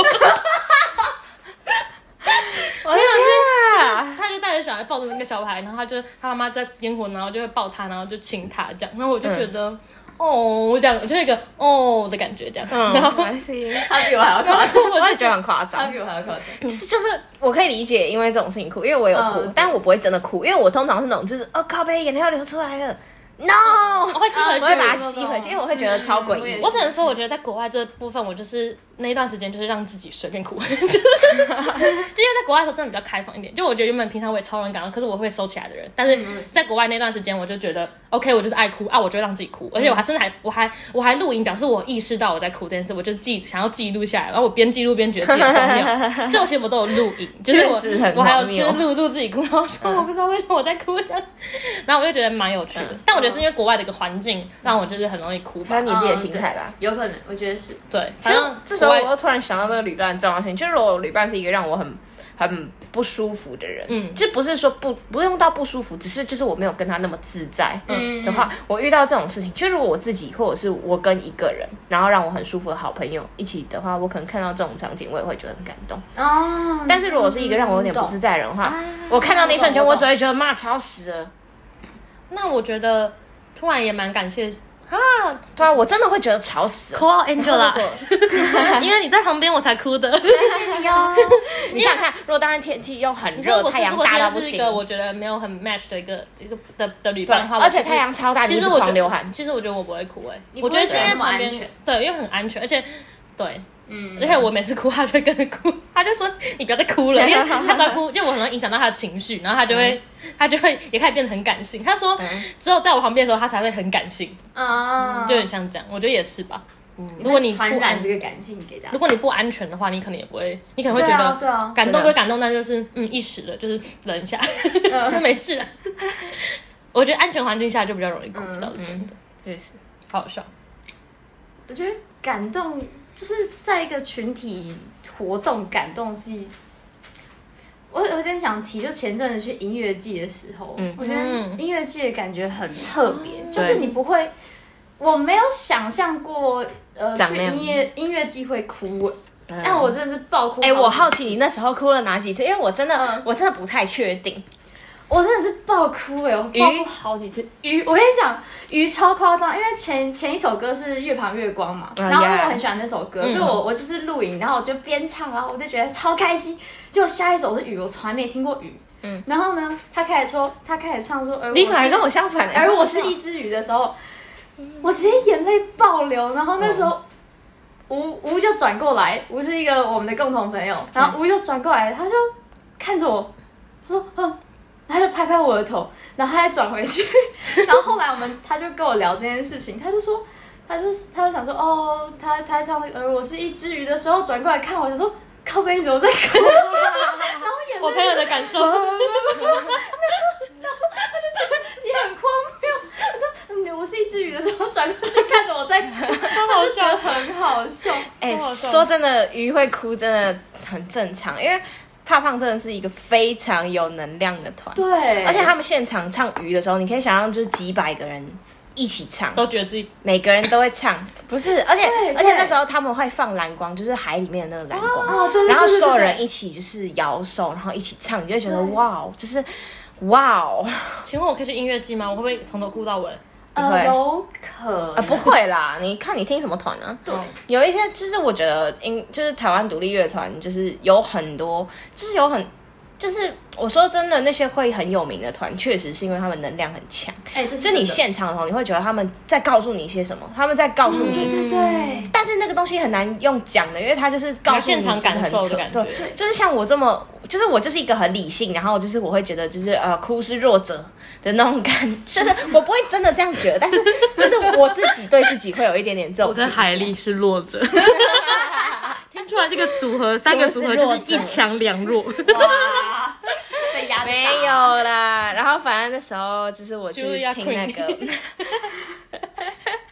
我没有是，他就带着小孩抱着那个小孩，然后他妈妈在烟火，然后就会抱他，然后就亲他这样，然后我就觉得。哦，这样就一个哦的感觉，这样，然后他比我还要夸张， 我也觉得很夸张， 他比我还要夸张， 就是我可以理解，因为这种事情哭，因为我有哭，但我不会真的哭，因为我通常是那种就是靠背眼泪要流出来了 ，no， 我会吸回去， 我会把它吸回去，因为我会觉得超诡异。 我只能说，我觉得在国外这部分，我就是那一段时间就是让自己随便哭，就是因为在国外的时候真的比较开放一点，就我觉得原本平常我也超容易感动，可是我会收起来的人，但是在国外那段时间，我就觉得 OK， 我就是爱哭啊，我就会让自己哭，而且我还录影，表示我意识到我在哭这件事，我就想要记录下来，然后我边记录边觉得自己很荒谬，这种其实我都有录影，就是我还有就是录自己哭，然后说我不知道为什么我在哭这样，然后我就觉得蛮有趣的，但我觉得是因为国外的一个环境让我就是很容易哭吧， 那你自己的心态吧， 有可能，我觉得是对， 反正这时候我又突然想到这个旅伴的重要性，就是如果旅伴是一个让我很不舒服的人，就不是说不用到不舒服，只是就是我没有跟他那么自在的话，我遇到这种事情，就如果我自己或者是我跟一个人，然后让我很舒服的好朋友一起的话，我可能看到这种场景，我也会觉得很感动。但是如果是一个让我有点不自在的人的话，我看到那一瞬间，我只会觉得妈吵死了。 那我觉得突然也蛮感谢。 对啊，我真的会觉得吵死了。 Call Angela， 因为你在旁边，我才哭的。 谢谢你哟。 你想想看，如果当天天气又很热，太阳大到不行， 是一个我觉得没有很 match 的一个的旅伴的话， 而且太阳超大， 其实我流汗。其实我觉得我不会哭我觉得是因为旁边对，因为很安全，而且对。而且我每次哭，他就会跟着哭，他就说你不要再哭了，因为他只要哭，就我很容易影响到他的情绪，然后他就会也开始变得很感性。他说只有在我旁边的时候，他才会很感性，就很像这样。我觉得也是吧。如果你不传染这个感性给大家， 如果你不安全的话，你可能也不会，你可能会觉得感动归感动，但就是一时的，就是忍一下就没事了。我觉得安全环境下就比较容易哭，是真的， 确实， 好好笑。 我觉得感动。就是在一个群体活动感动是，我有点想提，就前阵子去音乐季的时候，我觉得音乐季的感觉很特别，就是你不会，我没有想象过，去音乐季会哭，但我真的是爆哭。 我好奇你那时候哭了哪几次，因为我真的不太确定。 我真的是爆哭我爆哭好几次。我跟你讲，鱼超夸张，因为前一首歌是月旁月光嘛，然后因为我很喜欢那首歌，所以我就是录影，然后我就边唱，然后我就觉得超开心。结果下一首是雨，我从来没听过雨。然后呢，他开始唱说， 你反而跟我相反， 而我是一只鱼的时候，我直接眼泪爆流。然后那时候吴就转过来，吴是一个我们的共同朋友，然后吴就转过来，他就看着我，他说他就拍拍我的头，然后他再转回去，然后后来他就跟我聊这件事情，他就想说他唱那个我是一只鱼的时候转过来看我，他说靠北你怎么在哭？然后眼泪我朋友的感受，然后他就觉得你很荒谬，他说我是一只鱼的时候转过去看着我在哭，超好笑，很好笑。 说真的，鱼会哭真的很正常，因为。怕胖真的是一个非常有能量的团， 对， 而且他们现场唱鱼的时候，你可以想象就是几百个人一起唱， 都觉得自己每个人都会唱，不是，而且那时候他们会放蓝光，就是海里面的那个蓝光， 对， 然后所有人一起就是摇手，然后一起唱，你就会觉得哇，就是哇哦。 请问我可以去音乐季吗？我会不会从头哭到尾？ 有可能不会啦，你看你听什么团啊？ 对， 有一些就是我觉得就是台湾独立乐团，就是有很多，就是我说真的，那些会很有名的团，确实是因为他们能量很强。就你现场的时候，你会觉得他们在告诉你一些什么，他们在告诉你， 对。 但是那个东西很难用讲的，因为他就是告诉你现场感受的感觉。 对，就是像我这么，就是我就是一个很理性，然后就是我会觉得就是哭是弱者的那种感觉，就是我不会真的这样觉得，但是就是我自己对自己会有一点点这种。 我跟海莉是弱者。听出来这个组合，3个组合就是一强两弱。 哇，被压没有啦。然后反正那时候就是我去听那个，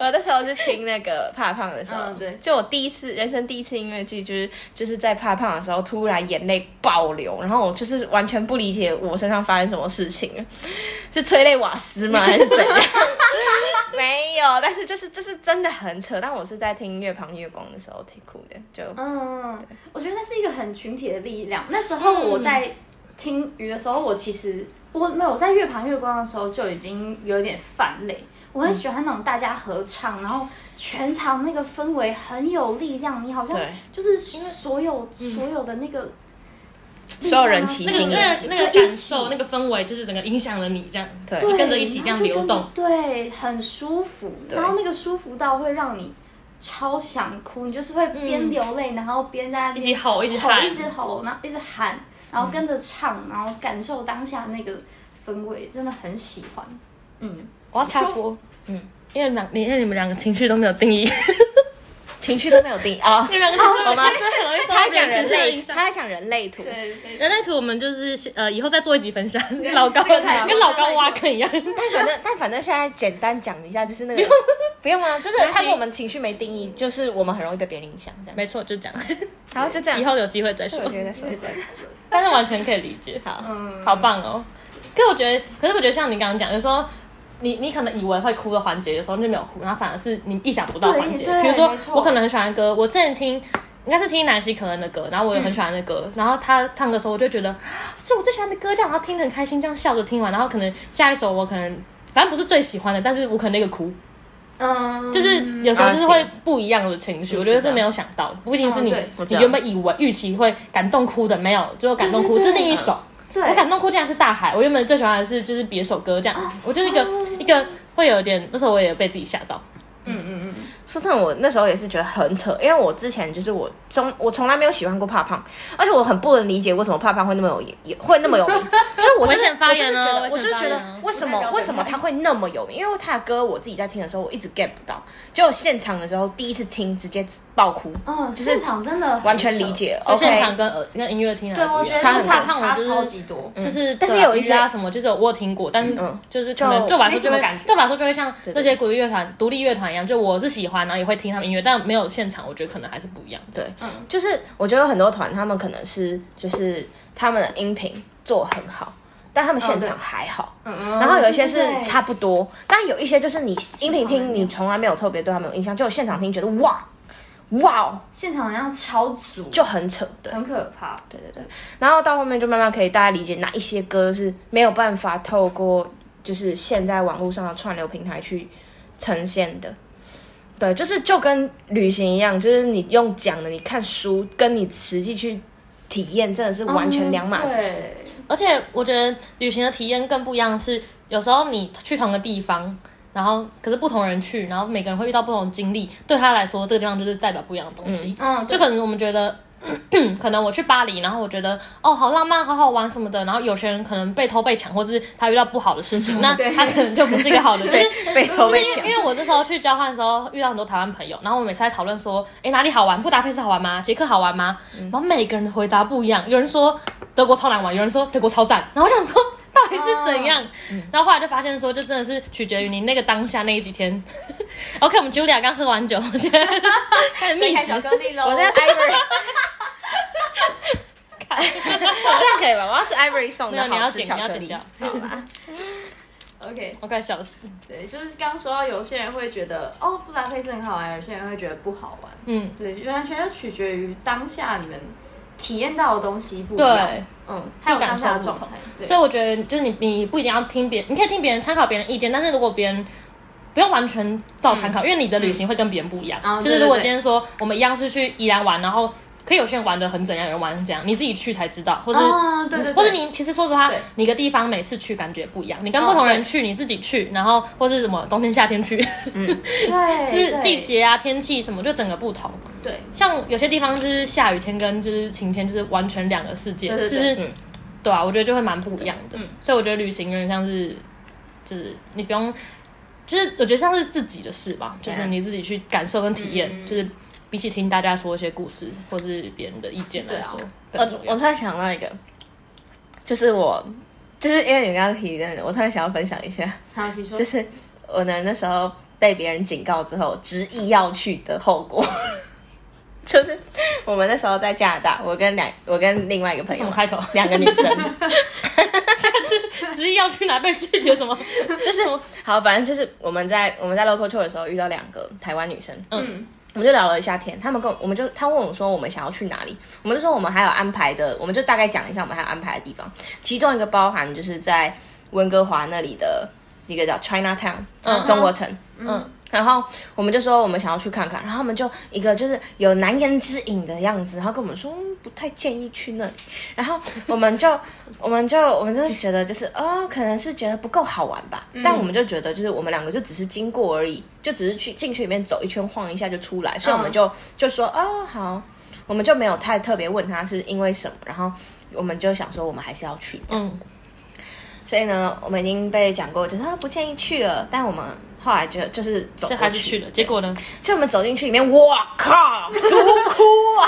我那时候是听那个怕胖的时候， 对， 就我人生第一次音乐剧，就是在怕胖的时候，突然眼泪爆流，然后我就是完全不理解我身上发生什么事情了，是催泪瓦斯吗，还是怎样？没有，但是就是真的很扯。但我是在听《月旁月光》的时候挺酷的，就我觉得那是一个很群体的力量。那时候我在听雨的时候，我其实我没有在《月旁月光》的时候就已经有点泛泪。我很喜欢那种大家合唱，然后全场那个氛围很有力量，你好像就是所有的那个所有人齐心一起， 那个感受，那个氛围，就是整个影响了你这样， 对， 你跟着一起这样流动， 对，很舒服。然后那个舒服到会让你超想哭，你就是会边流泪，然后边在那边一直吼， 一直吼，然后一直喊，然后跟着唱，然后感受当下那个氛围，真的很喜欢。 我要插播， 因为你们两个情绪都没有定义， 情绪都没有定义啊。 你们两个情绪我们他在讲人类， 他在讲人类图。 对， 人类图我们就是以后再做一集分享，跟老高挖坑一样。 但反正现在简单讲一下，就是那个不用啊，就是他说我们情绪没定义，就是我们很容易被别人影响，这样。 没错，就这样。 然后就这样， 以后有机会再说。 我觉得再说， 但是完全可以理解。 好， 好棒哦。可是我觉得像你刚刚讲，有时候你可能以为会哭的环节，有时候就没有哭，然后反而是你意想不到环节。比如说我可能很喜欢的歌，我之前应该是听南希可恩的歌，然后我也很喜欢的歌，然后他唱的时候我就觉得这是我最喜欢的歌，这样然后听得很开心，这样笑着听完，然后可能下一首我可能反正不是最喜欢的，但是我可能那个哭。就是有时候就是会不一样的情绪，我觉得是没有想到，不一定是你原本预期会感动哭的，没有，最后感动哭是另一首。我感动哭竟然是大海，我原本最喜欢的是就是别首歌这样，我就是一个会有点，那时候我也被自己吓到。 说真的，我那时候也是觉得很扯，因为我之前就是我从来没有喜欢过怕胖，而且我很不能理解为什么怕胖会那么有名，就是我就是觉得为什么他会那么有名，因为他的歌我自己在听的时候我一直 get 不到，结果现场的时候第一次听直接爆哭， 就是现场真的完全理解。 现场跟音乐听来， 对，我觉得怕胖我就是超级多， 就是但是有一些什么就是我有听过，但是就是可能对我来说就会像那些独立乐团一样，就我是喜欢。然后也会听他们音乐，但没有现场，我觉得可能还是不一样的。 对，就是我觉得很多团他们可能是就是他们的音频做很好，但他们现场还好。然后有一些是差不多，但有一些就是你音频听你从来没有特别对他们有印象，就现场听觉得哇， 现场好像超足， 就很扯，对， 很可怕。 对。然后到后面就慢慢可以大家理解哪一些歌是没有办法透过就是现在网络上的串流平台去呈现的。对，就跟旅行一样，就是你用讲的，你看书，跟你实际去体验，真的是完全两码子事。 而且我觉得旅行的体验更不一样，是有时候你去同个地方，然后可是不同人去，然后每个人会遇到不同的经历，对他来说，这个地方就是代表不一样的东西。就可能我们觉得。可能我去巴黎，然后我觉得好浪漫，好好玩什么的。然后有些人可能被偷被抢，或是他遇到不好的事情，那他可能就不是一个好的。就是被偷被抢。 因为我这时候去交换的时候遇到很多台湾朋友，然后我每次在讨论说，哪里好玩？布达佩斯好玩吗？捷克好玩吗？然后每个人的回答不一样，有人说德国超难玩，有人说德国超赞。然后我想说到底是怎样？然后后来就发现说，就真的是取决于你那个当下那几天。OK， 我们 Julia 刚喝完酒，我现在开始觅食。 我在 Ivory。这样可以吧？我要是 Ivory 送的好吃巧克力，好吧 OK， 我快笑死。 对，就是刚刚说到有些人会觉得布达佩斯很好玩，有些人会觉得不好玩。对，完全就取决于当下你们体验到的东西不一样。对，还有当下的状态。 所以我觉得就是你不一定要听别人，你可以听别人参考别人意见，但是如果别人不用完全照参考，因为你的旅行会跟别人不一样。就是如果今天说我们一样是去宜兰玩，然后可以有些人玩得很怎样，有人玩成怎样，你自己去才知道，或是或者你其实说实话，你个地方每次去感觉不一样，你跟不同人去，你自己去，然后或是什么冬天夏天去， 对， 就是季节啊、天气什么，就整个不同。 对， 像有些地方就是下雨天跟就是晴天，就是完全两个世界，就是对啊，我觉得就会蛮不一样的。所以我觉得旅行有点像是，就是你不用，就是我觉得像是自己的事吧，就是你自己去感受跟体验，就是。比起听大家说一些故事或是别人的意见来说， 我突然想到一个，就是因为你刚刚提的，我突然想要分享一下，就是我呢那时候被别人警告之后执意要去的后果。就是我们那时候在加拿大，我跟另外一个朋友， 怎么开头 2个女生， 下次执意要去哪被拒绝什么？ 就是好，反正就是我们在 local tour 的时候遇到2个台湾女生，我们就聊了一下天，他问我说我们想要去哪里，我们就说我们还有安排的，我们就大概讲一下我们还有安排的地方，其中一个包含就是在温哥华那里的一个叫 Chinatown，中国城，然后我们就说我们想要去看看，然后他们就一个就是有难言之隐的样子，然后跟我们说不太建议去那里，然后我们就觉得就是可能是觉得不够好玩吧，但我们就觉得就是我们2个就只是经过而已，就只是去进去里面走一圈晃一下就出来，所以我们就说好，我们就没有太特别问他是因为什么，然后我们就想说我们还是要去这样。所以呢，我们已经被讲过，就是不建议去了，但我们后来就是走过去， 还是去了。结果呢？ 就我们走进去里面，哇靠，毒窟啊！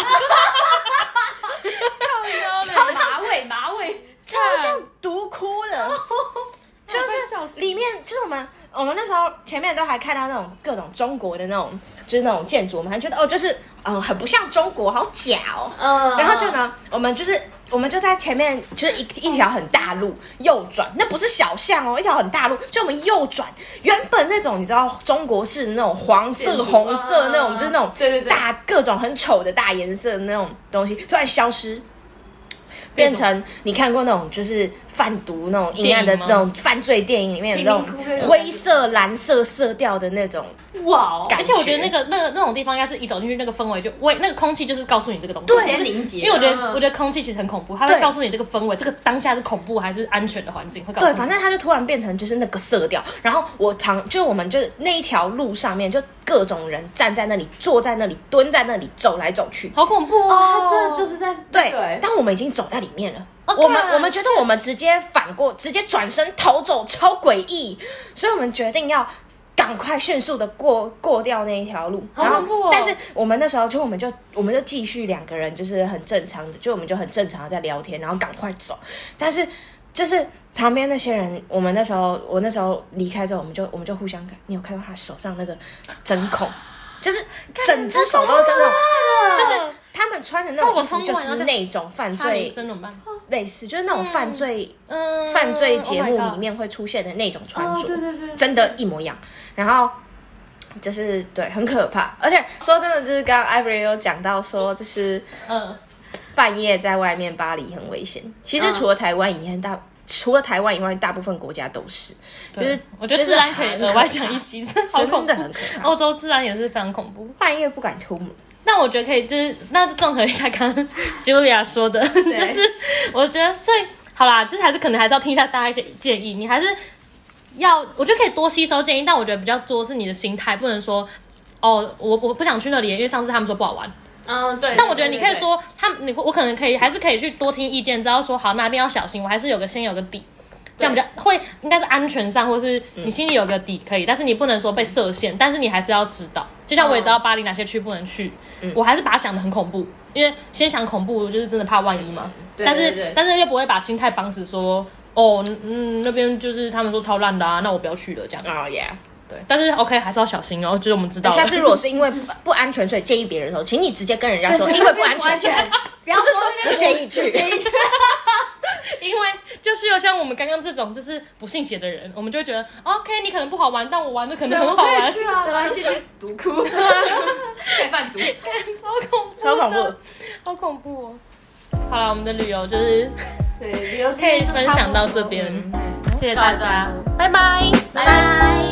超像马尾， 超像毒窟的，就是里面就是我们那时候前面都还看到那种各种中国的那种就是那种建筑，我们还觉得就是很不像中国，好假哦。然后就呢，我们就在前面，就是一条很大路右转，那不是小巷哦，一条很大路，就我们右转，原本那种你知道中国式的那种黄色、红色那种，就是那种大各种很丑的大颜色的那种东西，突然消失。变成你看过那种就是贩毒那种阴暗的那种犯罪电影里面的那种灰色蓝色色调的那种哇，而且我觉得那种地方应该是一走进去那个氛围那个空气就是告诉你这个东西， 对，凝结。 因为我觉得空气其实很恐怖，它会告诉你这个氛围，这个当下是恐怖还是安全的环境，会告诉你。 对，反正它就突然变成就是那个色调，然后我们就那一条路上面就各种人站在那里、坐在那里、蹲在那里、走来走去， 好恐怖哦！ 它真的就是在对，但我们已经走在里面了。我们觉得我们直接直接转身逃走超诡异，所以我们决定要赶快迅速的过掉那一条路。然后，但是我们那时候我们就继续2个人就是很正常的，我们就很正常的在聊天，然后赶快走。但是就是旁边那些人，我那时候离开之后，我们就互相看，你有看到他手上那个针孔，就是整只手都是针孔，就是。他们穿的那种衣服就是那种犯罪，类似就是那种犯罪节目里面会出现的那种穿着，真的，一模一样。然后就是对，很可怕。而且说真的，就是刚刚 Ivory 有讲到说，就是半夜在外面巴黎很危险。其实除了台湾以外，大部分国家都是。就是我觉得治安可以额外讲一集，真的很可怕。 欧洲治安也是非常恐怖， 半夜不敢出门。 那我觉得可以，那就综合一下刚刚 Julia 说的，就是我觉得，所以好啦，就是可能还是要听一下大家一些建议，你还是我觉得可以多吸收建议，但我觉得比较多是你的心态，不能说我不想去那里，因为上次他们说不好玩。 对。 但我觉得你可以说我可能还是可以去多听意见，知道说好哪边要小心，我还是先有个底。这样比较会，应该是安全上，或是你心里有个底可以，但是你不能说被设限，但是你还是要知道。就像我也知道巴黎哪些区不能去，我还是把它想得很恐怖，因为先想恐怖就是真的怕万一嘛。但是又不会把心态绑死说，那边就是他们说超烂的啊，那我不要去了这样。对，但是 OK 还是要小心哦，就是我们知道了。 下次如果是因为不安全所以建议别人的时候，请你直接跟人家说，因为不安全， 不要说不建议去。 因为就是有像我们刚刚这种就是不信邪的人，我们就会觉得 OK 你可能不好玩，但我玩的可能很好玩。 去啊，对，继续毒窟，可以贩毒， 超恐怖，好恐怖哦。好了，我们的旅游就是对旅游可以分享到这边，谢谢大家，拜拜， 拜拜。